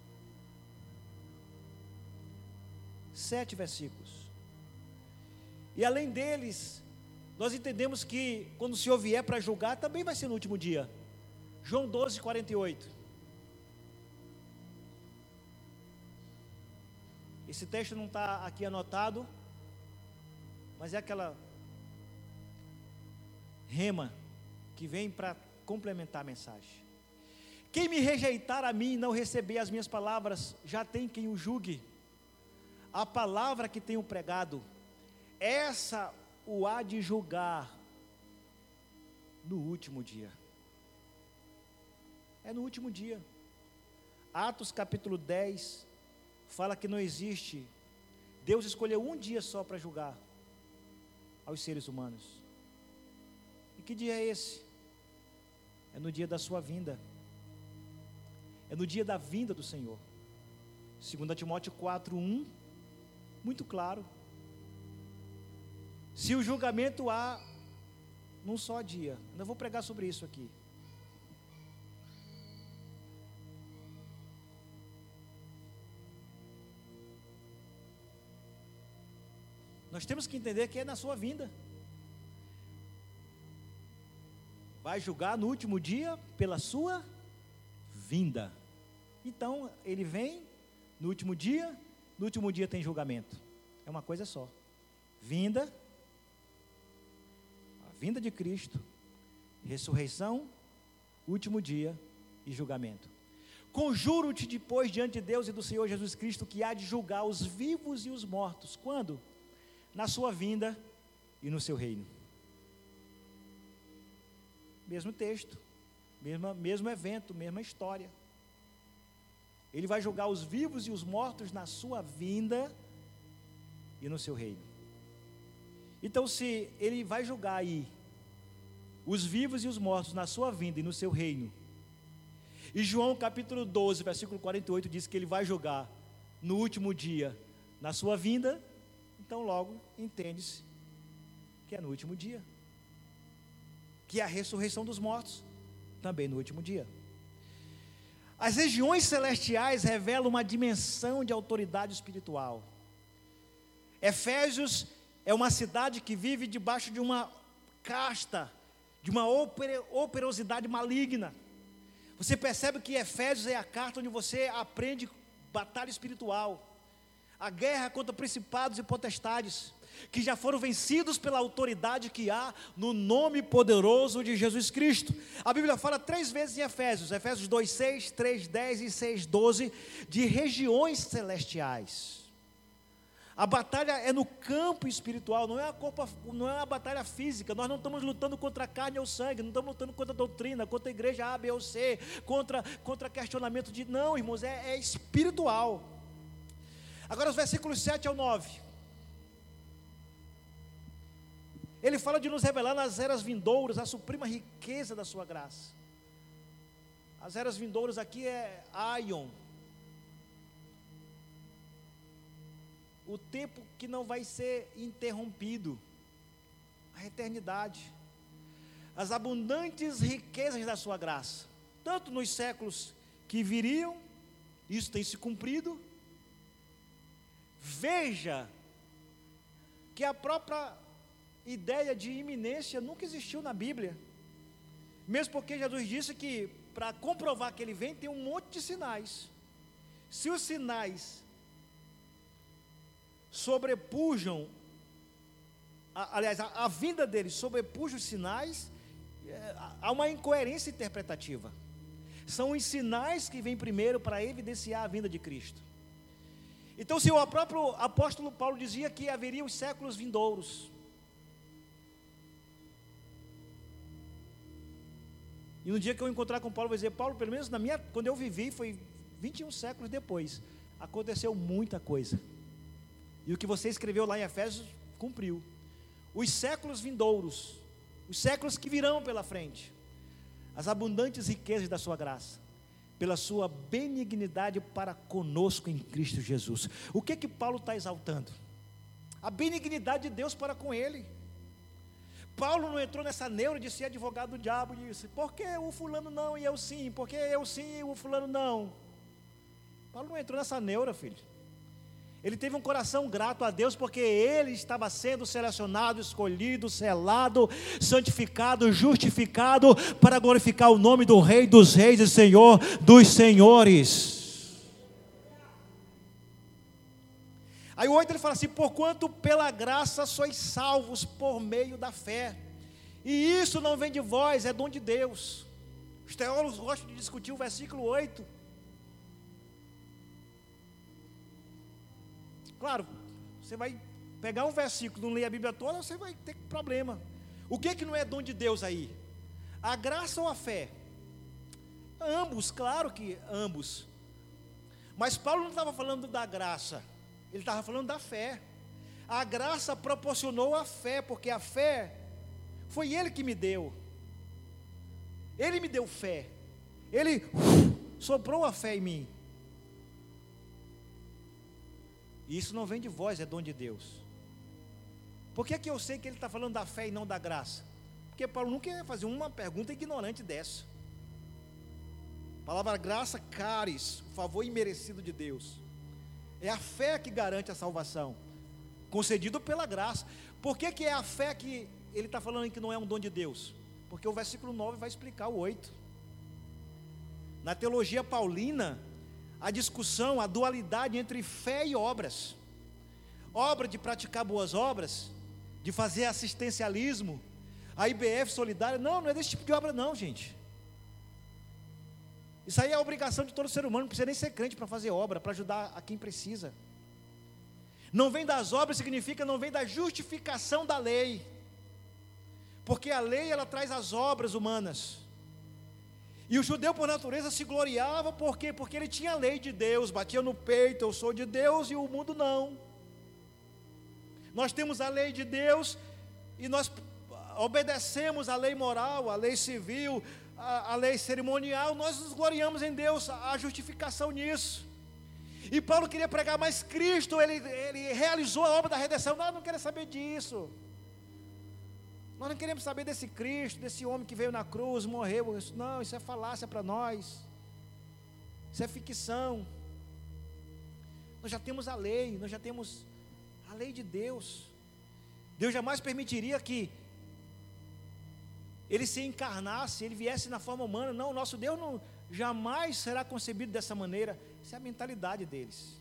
Sete versículos. E além deles, nós entendemos que quando o Senhor vier para julgar, também vai ser no último dia. João doze, quarenta e oito. Esse texto não está aqui anotado, mas é aquela rema que vem para complementar a mensagem. Quem me rejeitar a mim e não receber as minhas palavras, já tem quem o julgue. A palavra que tenho pregado, essa o há de julgar no último dia. É no último dia. Atos capítulo dez fala que não existe, Deus escolheu um dia só para julgar aos seres humanos. E que dia é esse? É no dia da sua vinda. É no dia da vinda do Senhor. Segundo Timóteo quatro, um, muito claro. Se o julgamento há num só dia, eu vou pregar sobre isso aqui. Nós temos que entender que é na sua vinda. Vai julgar no último dia pela sua vinda. Então, ele vem no último dia, no último dia tem julgamento. É uma coisa só. Vinda, a vinda de Cristo, ressurreição, último dia e julgamento. Conjuro-te depois diante de Deus e do Senhor Jesus Cristo, que há de julgar os vivos e os mortos. Quando? Na sua vinda e no seu reino. Mesmo texto, mesmo, mesmo evento, mesma história. Ele vai julgar os vivos e os mortos na sua vinda e no seu reino. Então, se ele vai julgar aí os vivos e os mortos na sua vinda e no seu reino, e João capítulo doze, versículo quarenta e oito diz que ele vai julgar no último dia na sua vinda, então logo entende-se que é no último dia, que é a ressurreição dos mortos, também no último dia. As regiões celestiais revelam uma dimensão de autoridade espiritual. Efésios é uma cidade que vive debaixo de uma casta, de uma operosidade maligna. Você percebe que Efésios é a carta onde você aprende batalha espiritual, a guerra contra principados e potestades, que já foram vencidos pela autoridade que há no nome poderoso de Jesus Cristo. A Bíblia fala três vezes em Efésios, Efésios dois, seis, três, dez e seis, doze, de regiões celestiais. A batalha é no campo espiritual, não é a, copa, não é a batalha física. Nós não estamos lutando contra a carne ou sangue, não estamos lutando contra a doutrina, contra a igreja A, B ou C, contra, contra questionamento de... Não, irmãos, é, é espiritual. Agora os versículos sete ao nove. Ele fala de nos revelar nas eras vindouras a suprema riqueza da sua graça. As eras vindouras aqui é Aion. O tempo que não vai ser interrompido, a eternidade, as abundantes riquezas da sua graça, tanto nos séculos que viriam, isso tem se cumprido. Veja que a própria ideia de iminência nunca existiu na Bíblia, mesmo porque Jesus disse que para comprovar que ele vem tem um monte de sinais. Se os sinais sobrepujam, a, aliás, a, a vinda deles sobrepuja os sinais, é, há uma incoerência interpretativa. São os sinais que vêm primeiro para evidenciar a vinda de Cristo. Então, se o próprio apóstolo Paulo dizia que haveria os séculos vindouros, e no dia que eu encontrar com Paulo, eu vou dizer: Paulo, pelo menos na minha, quando eu vivi, foi vinte e um séculos depois, aconteceu muita coisa. E o que você escreveu lá em Efésios, cumpriu. os séculos vindouros, os séculos que virão pela frente, as abundantes riquezas da sua graça, pela sua benignidade para conosco em Cristo Jesus. O que que Paulo está exaltando? A benignidade de Deus para com ele. Paulo não entrou nessa neura de ser advogado do diabo e disse, por que o fulano não e eu sim? Por que eu sim e o fulano não? Paulo não entrou nessa neura, filho. Ele teve um coração grato a Deus, porque ele estava sendo selecionado, escolhido, selado, santificado, justificado, para glorificar o nome do Rei dos Reis e Senhor dos Senhores. Aí o oito ele fala assim, porquanto pela graça sois salvos por meio da fé, e isso não vem de vós, é dom de Deus. Os teólogos gostam de discutir o versículo oito. Claro, você vai pegar um versículo, não ler a Bíblia toda, você vai ter problema. O que que não é dom de Deus aí? A graça ou a fé? Ambos, claro que ambos. Mas Paulo não estava falando da graça, ele estava falando da fé. A graça proporcionou a fé, porque a fé foi ele que me deu. Ele me deu fé. Ele uf, soprou a fé em mim. E isso não vem de vós, é dom de Deus. Por que que eu sei que ele está falando da fé e não da graça? Porque Paulo nunca ia fazer uma pergunta ignorante dessa. A palavra graça, caris, o favor imerecido de Deus. É a fé que garante a salvação, concedido pela graça. Por que que é a fé que ele está falando que não é um dom de Deus? Porque o versículo nove vai explicar o oito. Na teologia paulina, a discussão, a dualidade entre fé e obras. Obra de praticar boas obras, de fazer assistencialismo, a I B F solidária, não, não é desse tipo de obra não, gente. Isso aí é a obrigação de todo ser humano, não precisa nem ser crente para fazer obra, para ajudar a quem precisa. Não vem das obras, significa não vem da justificação da lei, porque a lei ela traz as obras humanas. E o judeu por natureza se gloriava, por quê? Porque ele tinha a lei de Deus, batia no peito, eu sou de Deus e o mundo não. Nós temos a lei de Deus e nós obedecemos a lei moral, a lei civil, a, a lei cerimonial, nós nos gloriamos em Deus, a justificação nisso. E Paulo queria pregar, mas Cristo, ele, ele realizou a obra da redenção. Nós não queremos saber disso. Nós não queremos saber desse Cristo, desse homem que veio na cruz, morreu. Não, isso é falácia para nós. Isso é ficção. Nós já temos a lei, nós já temos a lei de Deus. Deus jamais permitiria que ele se encarnasse, ele viesse na forma humana. Não, o nosso Deus não, jamais será concebido dessa maneira. Essa é a mentalidade deles.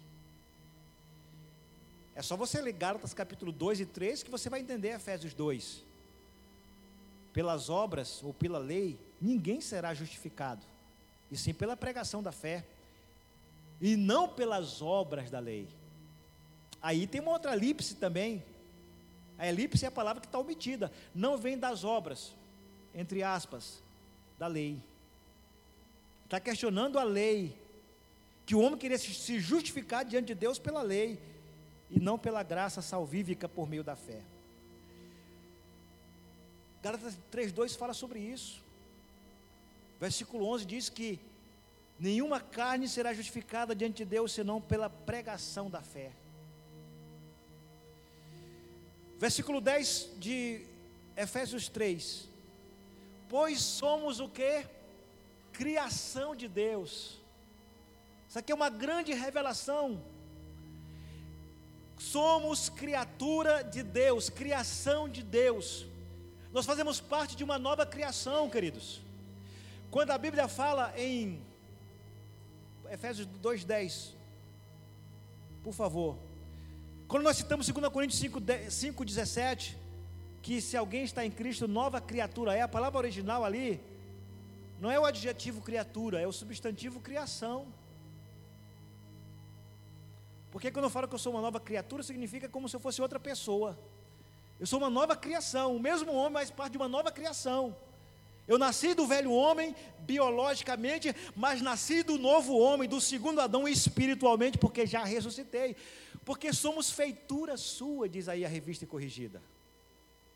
É só você ler Gálatas capítulo dois e três que você vai entender Efésios dois. Pelas obras ou pela lei, ninguém será justificado, e sim pela pregação da fé, e não pelas obras da lei. Aí tem uma outra elipse também. A elipse é a palavra que está omitida. Não vem das obras, entre aspas, da lei. Está questionando a lei, que o homem queria se justificar diante de Deus pela lei, e não pela graça salvífica por meio da fé. Gálatas três, dois fala sobre isso. Versículo onze diz que nenhuma carne será justificada diante de Deus, senão pela pregação da fé. Versículo dez de Efésios três. Pois somos o quê? Criação de Deus. Isso aqui é uma grande revelação. Somos criatura de Deus, criação de Deus. Nós fazemos parte de uma nova criação, queridos. Quando a Bíblia fala em Efésios dois, dez, por favor. Quando nós citamos dois Coríntios cinco, dezessete, que se alguém está em Cristo, nova criatura é, a palavra original ali, não é o adjetivo criatura, é o substantivo criação. Porque quando eu falo que eu sou uma nova criatura, significa como se eu fosse outra pessoa. Eu sou uma nova criação, o mesmo homem, mas parte de uma nova criação. Eu nasci do velho homem, biologicamente, mas nasci do novo homem, do segundo Adão, espiritualmente, porque já ressuscitei. Porque somos feitura sua, diz aí a Revista Corrigida.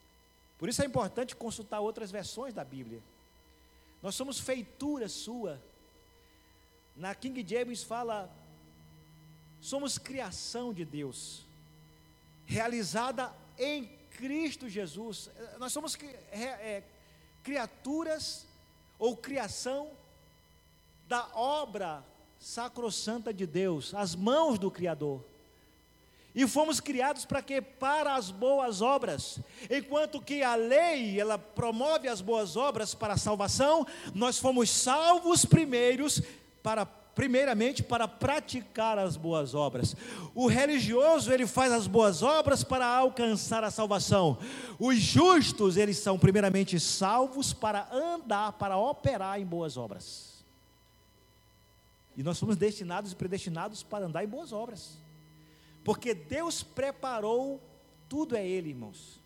Por isso é importante consultar outras versões da Bíblia. Nós somos feitura sua. Na King James fala, somos criação de Deus, realizada em Cristo Jesus. Nós somos é, criaturas ou criação da obra sacrossanta de Deus, as mãos do Criador. E fomos criados para quê? Para as boas obras. Enquanto que a lei, ela promove as boas obras para a salvação, nós fomos salvos primeiros, para, primeiramente para praticar as boas obras. O religioso, ele faz as boas obras para alcançar a salvação. Os justos, eles são primeiramente salvos para andar, para operar em boas obras. E nós somos destinados e predestinados para andar em boas obras. Porque Deus preparou, tudo é Ele, irmãos.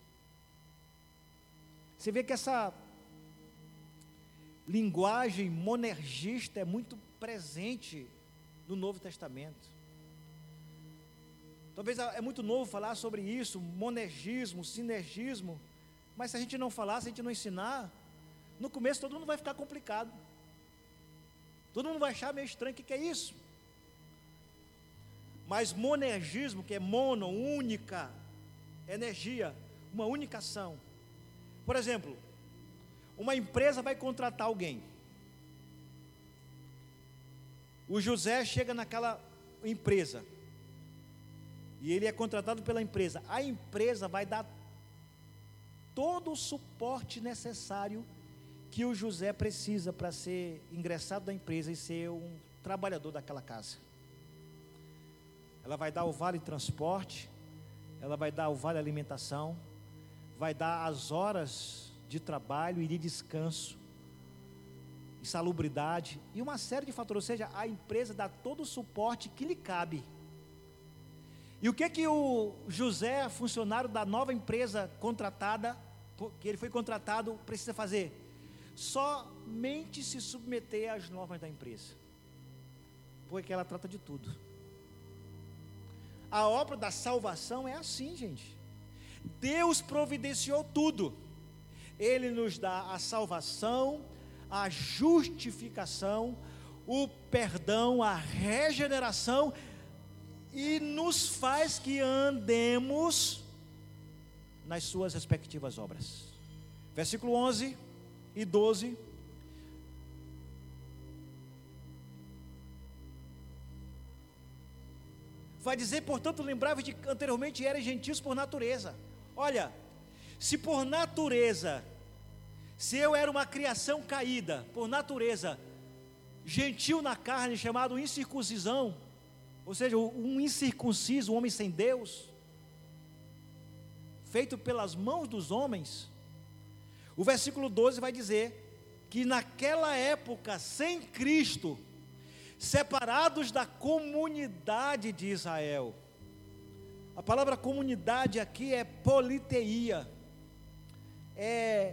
Você vê que essa linguagem monergista é muito presente no Novo Testamento. Talvez é muito novo falar sobre isso, monergismo, sinergismo, mas se a gente não falar, se a gente não ensinar, no começo todo mundo vai ficar complicado. Todo mundo vai achar meio estranho, o que, que é isso? Mas monergismo, que é mono, única, energia, uma única ação. Por exemplo, uma empresa vai contratar alguém. O José chega naquela empresa, e ele é contratado pela empresa. A empresa vai dar todo o suporte necessário que o José precisa para ser ingressado na empresa e ser um trabalhador daquela casa. Ela vai dar o vale transporte, ela vai dar o vale alimentação, vai dar as horas de trabalho e de descanso, insalubridade e uma série de fatores. Ou seja, a empresa dá todo o suporte que lhe cabe. E o que que o José, funcionário da nova empresa contratada, que ele foi contratado, precisa fazer? Somente se submeter às normas da empresa, porque ela trata de tudo. A obra da salvação é assim, gente. Deus providenciou tudo. Ele nos dá a salvação, a justificação, o perdão, a regeneração, e nos faz que andemos nas suas respectivas obras. Versículo onze e doze. Vai dizer, portanto, lembrava de que anteriormente eram gentios por natureza. Olha, se por natureza, se eu era uma criação caída, por natureza, gentil na carne, chamado incircuncisão, ou seja, um incircunciso, um homem sem Deus, feito pelas mãos dos homens, o versículo doze vai dizer que naquela época, sem Cristo, separados da comunidade de Israel. A palavra comunidade aqui é politeia, é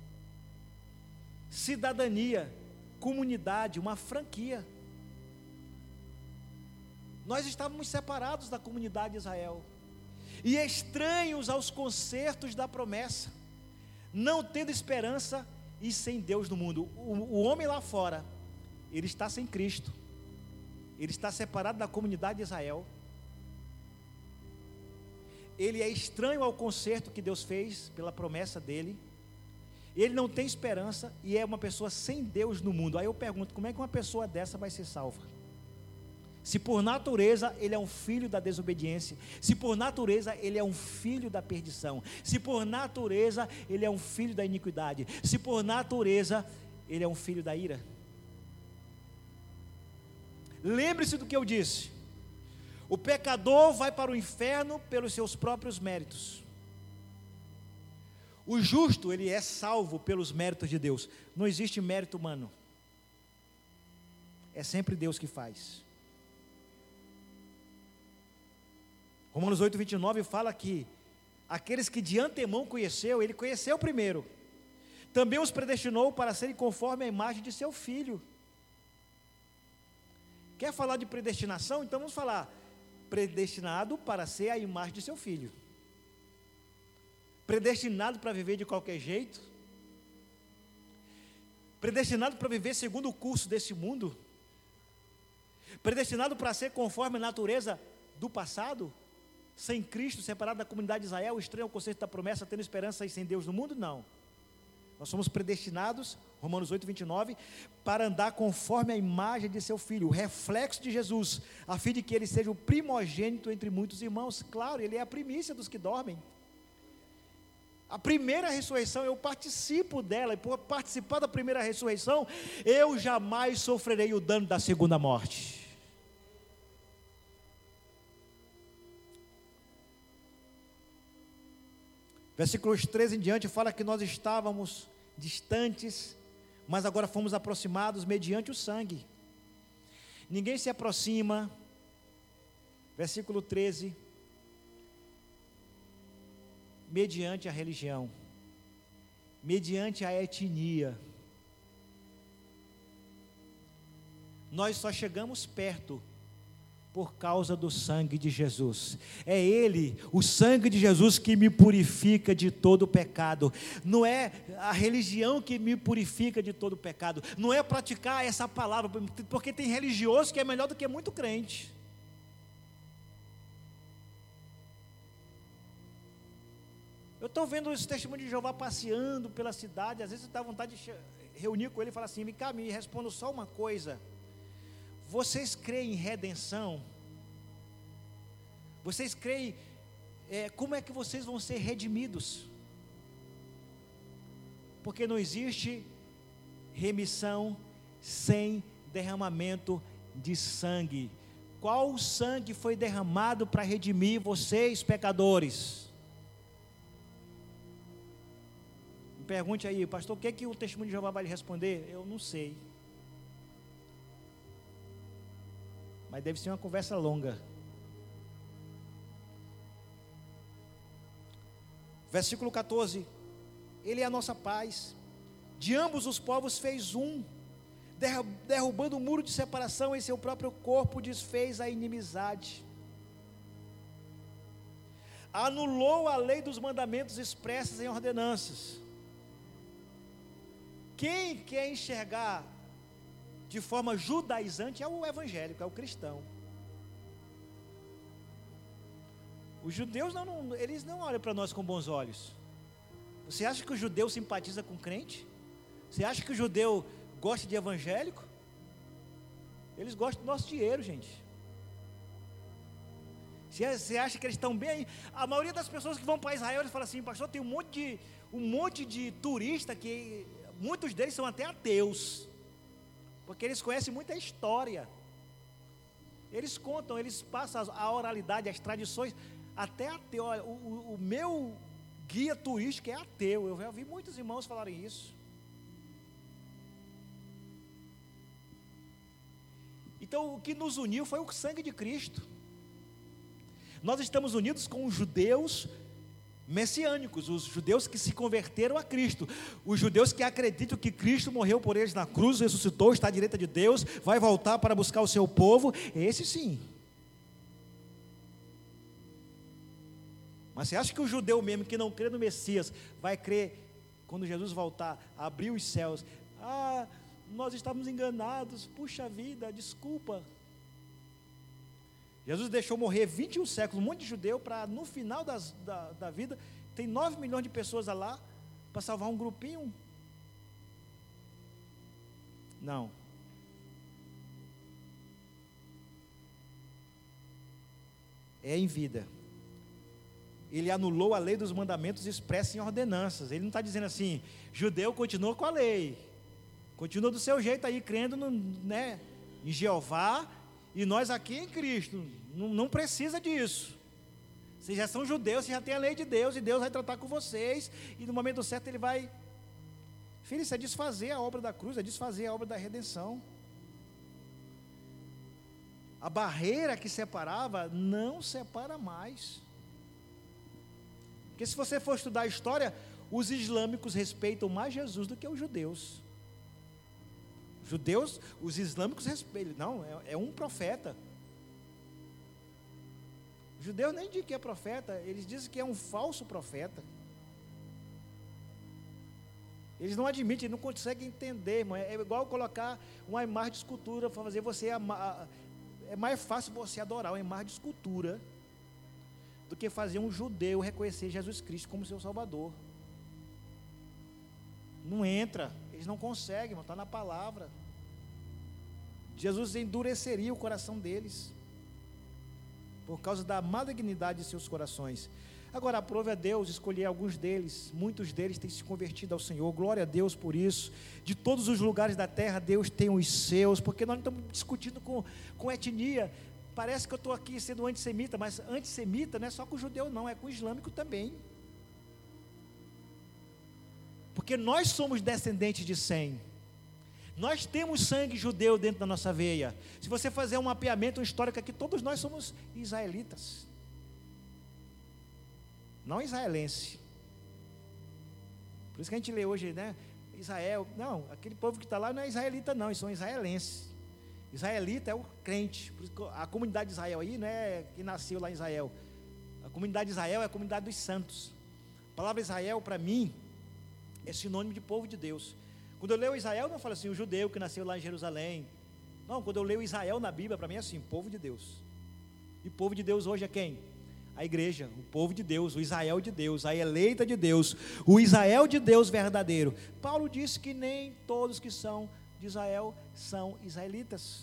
cidadania, comunidade, uma franquia. Nós estávamos separados da comunidade de Israel e estranhos aos concertos da promessa, não tendo esperança e sem Deus no mundo. O, o homem lá fora, ele está sem Cristo. Ele está separado da comunidade de Israel. Ele é estranho ao concerto que Deus fez pela promessa dele. Ele não tem esperança e é uma pessoa sem Deus no mundo. Aí eu pergunto, como é que uma pessoa dessa vai ser salva? Se por natureza ele é um filho da desobediência, se por natureza ele é um filho da perdição, se por natureza ele é um filho da iniquidade, se por natureza ele é um filho da ira. Lembre-se do que eu disse: o pecador vai para o inferno pelos seus próprios méritos. O justo, ele é salvo pelos méritos de Deus. Não existe mérito humano. É sempre Deus que faz. Romanos oito, vinte e nove fala que aqueles que de antemão conheceu, ele conheceu primeiro. Também os predestinou para serem conforme a imagem de seu filho. Quer falar de predestinação? Então vamos falar, predestinado para ser a imagem de seu filho. predestinado para viver de qualquer jeito, predestinado para viver segundo o curso desse mundo, predestinado para ser conforme a natureza do passado, sem Cristo, separado da comunidade de Israel, estranho ao conceito da promessa, tendo esperança e sem Deus no mundo? Não. Nós somos predestinados, Romanos oito, vinte e nove, para andar conforme a imagem de seu Filho, o reflexo de Jesus, a fim de que ele seja o primogênito entre muitos irmãos. Claro, ele é a primícia dos que dormem. A primeira ressurreição, eu participo dela, e por participar da primeira ressurreição, eu jamais sofrerei o dano da segunda morte. Versículos treze em diante fala que nós estávamos distantes, mas agora fomos aproximados mediante o sangue. Ninguém se aproxima, versículo treze, mediante a religião, mediante a etnia. Nós só chegamos perto por causa do sangue de Jesus. É Ele, o sangue de Jesus, que me purifica de todo pecado. Não é a religião que me purifica de todo pecado. Não é praticar essa palavra, porque tem religioso que é melhor do que muito crente. Eu estou vendo esse testemunho de Jeová passeando pela cidade, às vezes dá vontade de reunir com ele e falar assim: me me responda só uma coisa. Vocês creem em redenção? Vocês creem, é, como é que vocês vão ser redimidos? Porque não existe remissão sem derramamento de sangue. Qual sangue foi derramado para redimir vocês, pecadores? Me pergunte aí, pastor, o que, é que o testemunho de Jeová vai lhe responder? Eu não sei. Mas deve ser uma conversa longa. Versículo catorze. Ele é a nossa paz. De ambos os povos fez um, derrubando o muro de separação, em seu próprio corpo desfez a inimizade. Anulou a lei dos mandamentos expressos em ordenanças. Quem quer enxergar de forma judaizante é o evangélico, é o cristão. Os judeus não, não, eles não olham para nós com bons olhos. Você acha que o judeu simpatiza com crente? Você acha que o judeu gosta de evangélico? Eles gostam do nosso dinheiro, gente. Você acha que eles estão bem aí? A maioria das pessoas que vão para Israel, eles falam assim: pastor, tem um monte de, um monte de turista que muitos deles são até ateus, porque eles conhecem muita história. Eles contam, eles passam a oralidade, as tradições, até ateu. Olha, o, o, o meu guia turístico é ateu. Eu já ouvi muitos irmãos falarem isso. Então, o que nos uniu foi o sangue de Cristo. Nós estamos unidos com os judeus messiânicos, os judeus que se converteram a Cristo, os judeus que acreditam que Cristo morreu por eles na cruz, ressuscitou, está à direita de Deus, vai voltar para buscar o seu povo. Esse sim. Mas você acha que o judeu mesmo que não crê no Messias vai crer quando Jesus voltar, abrir os céus? Ah, nós estamos enganados, puxa vida, desculpa. Jesus deixou morrer vinte e um séculos, um monte de judeu, para no final das, da, da vida, tem nove milhões de pessoas lá, para salvar um grupinho? Não. É em vida. Ele anulou a lei dos mandamentos expressa em ordenanças. Ele não está dizendo assim: judeu continua com a lei, continua do seu jeito aí, crendo no, né, em Jeová, e nós aqui em Cristo. Não, não precisa disso. Vocês já são judeus, vocês já têm a lei de Deus, e Deus vai tratar com vocês, e no momento certo Ele vai... Filho, isso é desfazer a obra da cruz, é desfazer a obra da redenção. A barreira que separava, não separa mais. Porque se você for estudar a história, os islâmicos respeitam mais Jesus do que os judeus. Os judeus, os islâmicos respeitam, não, é, é um profeta. Os judeus nem dizem que é profeta, eles dizem que é um falso profeta. Eles não admitem, eles não conseguem entender, irmão. É igual colocar uma imagem de escultura para fazer você amar. É mais fácil você adorar uma imagem de escultura do que fazer um judeu reconhecer Jesus Cristo como seu Salvador. Não entra, eles não conseguem, irmão, está na palavra. Jesus endureceria o coração deles por causa da malignidade de seus corações. Agora, aprove a Deus escolher alguns deles, muitos deles têm se convertido ao Senhor, glória a Deus por isso. De todos os lugares da terra, Deus tem os seus, porque nós não estamos discutindo com, com etnia. Parece que eu estou aqui sendo antissemita, mas antissemita não é só com o judeu não, é com o islâmico também. Porque nós somos descendentes de Sem. Nós temos sangue judeu dentro da nossa veia. Se você fazer um mapeamento histórico aqui, todos nós somos israelitas. Não israelense. Por isso que a gente lê hoje, né? Israel, não, aquele povo que está lá não é israelita não, eles são israelenses. Israelita é o crente. Por isso que a comunidade de Israel aí não é que nasceu lá em Israel. A comunidade de Israel é a comunidade dos santos. A palavra Israel, para mim, é sinônimo de povo de Deus. Quando eu leio Israel, não falo assim, o judeu que nasceu lá em Jerusalém. Não, quando eu leio Israel na Bíblia, para mim é assim, povo de Deus. E povo de Deus hoje é quem? A igreja, o povo de Deus, o Israel de Deus, a eleita de Deus, o Israel de Deus verdadeiro. Paulo disse que nem todos que são de Israel são israelitas.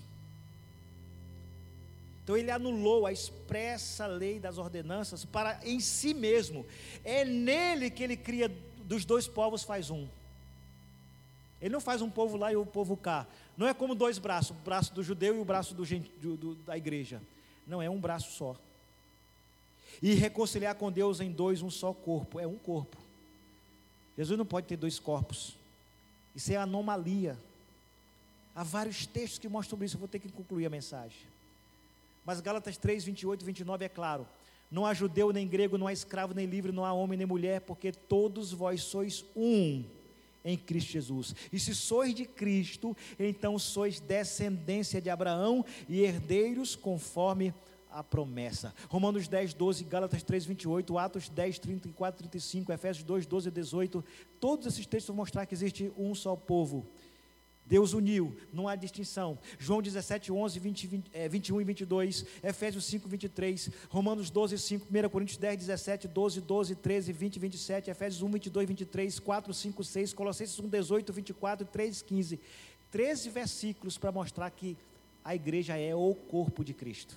Então ele anulou a expressa lei das ordenanças para em si mesmo. É nele que ele cria, dos dois povos faz um. Ele não faz um povo lá e o povo cá. Não é como dois braços, o braço do judeu e o braço do, do, do, da igreja. Não, é um braço só. E reconciliar com Deus em dois, um só corpo. É um corpo. Jesus não pode ter dois corpos. Isso é anomalia. Há vários textos que mostram sobre isso. Eu vou ter que concluir a mensagem. Mas Gálatas três, vinte e oito e vinte e nove é claro. Não há judeu nem grego, não há escravo nem livre, não há homem nem mulher, porque todos vós sois um em Cristo Jesus. E se sois de Cristo, então sois descendência de Abraão e herdeiros conforme a promessa. Romanos dez, doze, Gálatas três, vinte e oito, Atos dez, trinta e quatro, trinta e cinco, Efésios dois, doze e dezoito, todos esses textos vão mostrar que existe um só povo. Deus uniu, não há distinção. João dezessete, onze, vinte, vinte, é, vinte e um e vinte e dois, Efésios cinco, vinte e três, Romanos doze, cinco, primeira Coríntios dez, dezessete, doze, doze, treze, vinte, vinte e sete, Efésios um, vinte e dois, vinte e três, quatro, cinco, seis, Colossenses um, dezoito, vinte e quatro, três, quinze. treze versículos para mostrar que a igreja é o corpo de Cristo.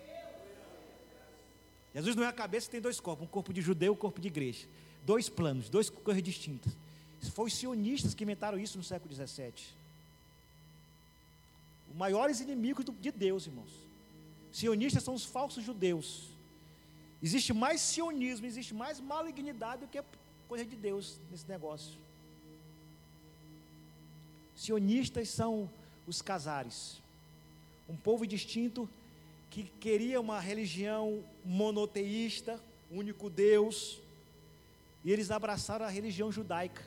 Jesus não é a cabeça, tem dois corpos, um corpo de judeu e um corpo de igreja. Dois planos, duas coisas distintas. Foi os sionistas que inventaram isso no século dezessete. Os maiores inimigos de Deus, irmãos. Sionistas são os falsos judeus. Existe mais sionismo, existe mais malignidade do que coisa de Deus nesse negócio. Sionistas são os casares. Um povo distinto que queria uma religião monoteísta, único Deus, e eles abraçaram a religião judaica.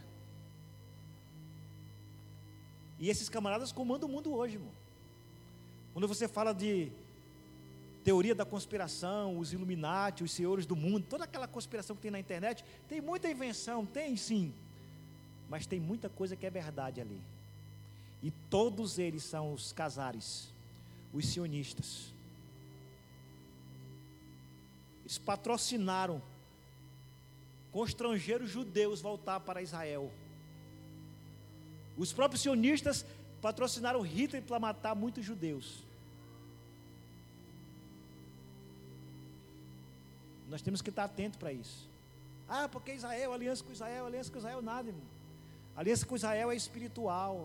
E esses camaradas comandam o mundo hoje, irmão. Quando você fala de teoria da conspiração, os Illuminati, os senhores do mundo, toda aquela conspiração que tem na internet, tem muita invenção, tem sim, mas tem muita coisa que é verdade ali. E todos eles são os casares, os sionistas. Eles patrocinaram constrangeram os judeus voltar para Israel. Os próprios sionistas patrocinaram Hitler para matar muitos judeus. Nós temos que estar atentos para isso. Ah, porque Israel, aliança com Israel, aliança com Israel, nada, irmão. Aliança com Israel é espiritual.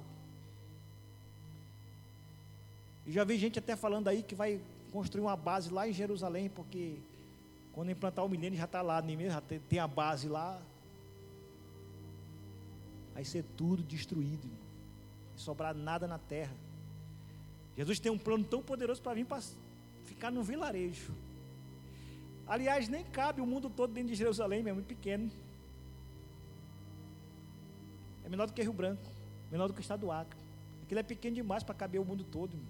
E já vi gente até falando aí que vai construir uma base lá em Jerusalém, porque quando implantar o milênio já está lá, nem mesmo, já tem, tem a base lá. Vai ser tudo destruído, irmão. Não sobrar nada na terra. Jesus tem um plano tão poderoso para vir para ficar num vilarejo. Aliás, nem cabe o mundo todo dentro de Jerusalém, é muito pequeno. É menor do que Rio Branco, menor do que o estado do Acre. Aquilo é pequeno demais para caber o mundo todo, irmão.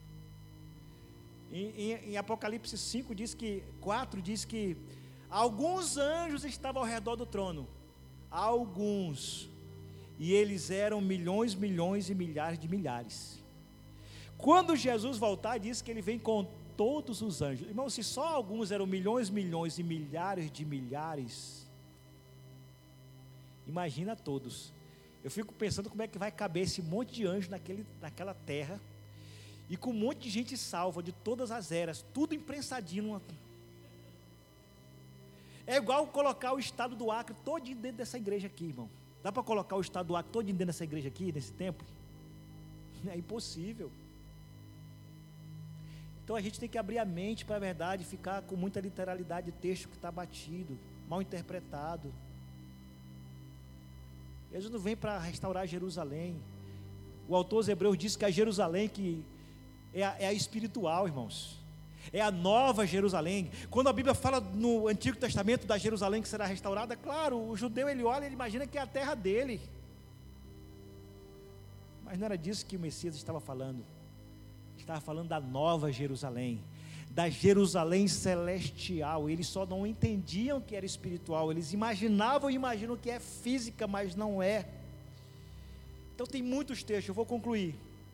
Em, em, em Apocalipse cinco diz que, quatro diz que alguns anjos estavam ao redor do trono. Alguns. E eles eram milhões, milhões e milhares de milhares. Quando Jesus voltar, diz que ele vem com todos os anjos. Irmão, se só alguns eram milhões, milhões e milhares de milhares, imagina todos. Eu fico pensando como é que vai caber esse monte de anjos naquele, naquela terra, e com um monte de gente salva de todas as eras, tudo imprensadinho numa... É igual colocar o estado do Acre todo dentro dessa igreja aqui, irmão. Dá para colocar o estado do Acre todo dentro dessa igreja aqui, nesse templo? É impossível. Então a gente tem que abrir a mente para a verdade, ficar com muita literalidade de texto que está batido, mal interpretado. Jesus não vem para restaurar Jerusalém. O autor aos Hebreus diz que a Jerusalém que é a, é a espiritual, irmãos. É a nova Jerusalém. Quando a Bíblia fala no Antigo Testamento da Jerusalém que será restaurada, claro, o judeu ele olha e ele imagina que é a terra dele. Mas não era disso que o Messias estava falando. Estava falando da nova Jerusalém, da Jerusalém celestial. Eles só não entendiam que era espiritual, eles imaginavam e imaginam que é física, mas não é. Então tem muitos textos, eu vou concluir.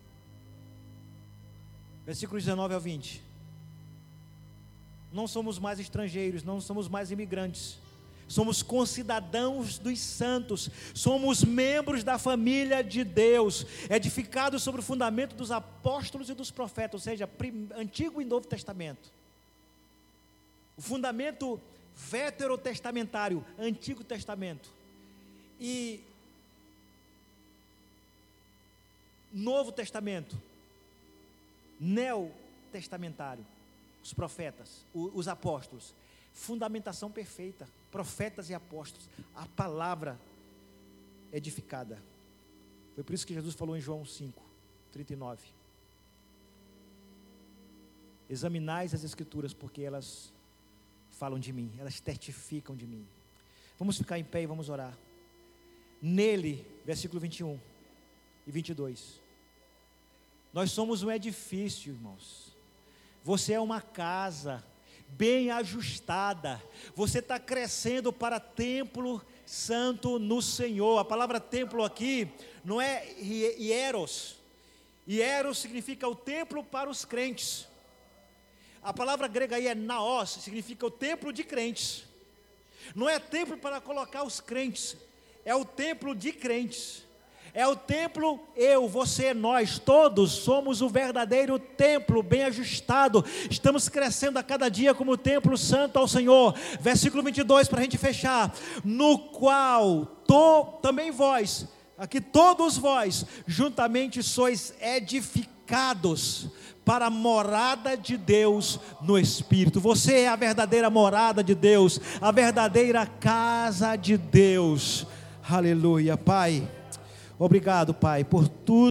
Versículos dezenove ao vinte. Não somos mais estrangeiros, não somos mais imigrantes, somos concidadãos dos santos, somos membros da família de Deus, edificados sobre o fundamento dos apóstolos e dos profetas, ou seja, Antigo e Novo Testamento. O fundamento veterotestamentário, Antigo Testamento, e Novo Testamento, neotestamentário. Os profetas, os apóstolos, fundamentação perfeita, profetas e apóstolos, a palavra edificada. Foi por isso que Jesus falou em João cinco, trinta e nove. Examinais as escrituras, porque elas falam de mim, elas testificam de mim. Vamos ficar em pé e vamos orar. Nele, versículo vinte e um e vinte e dois. Nós somos um edifício, irmãos. Você é uma casa bem ajustada, você está crescendo para templo santo no Senhor. A palavra templo aqui não é hieros, hieros significa o templo para os crentes. A palavra grega aí é naos, significa o templo de crentes. Não é templo para colocar os crentes, é o templo de crentes. É o templo, eu, você, nós, todos somos o verdadeiro templo, bem ajustado. Estamos crescendo a cada dia como templo santo ao Senhor. Versículo vinte e dois, para a gente fechar. No qual, to, também vós, aqui todos vós, juntamente sois edificados para a morada de Deus no Espírito. Você é a verdadeira morada de Deus, a verdadeira casa de Deus. Aleluia, Pai. Obrigado, Pai, por tudo.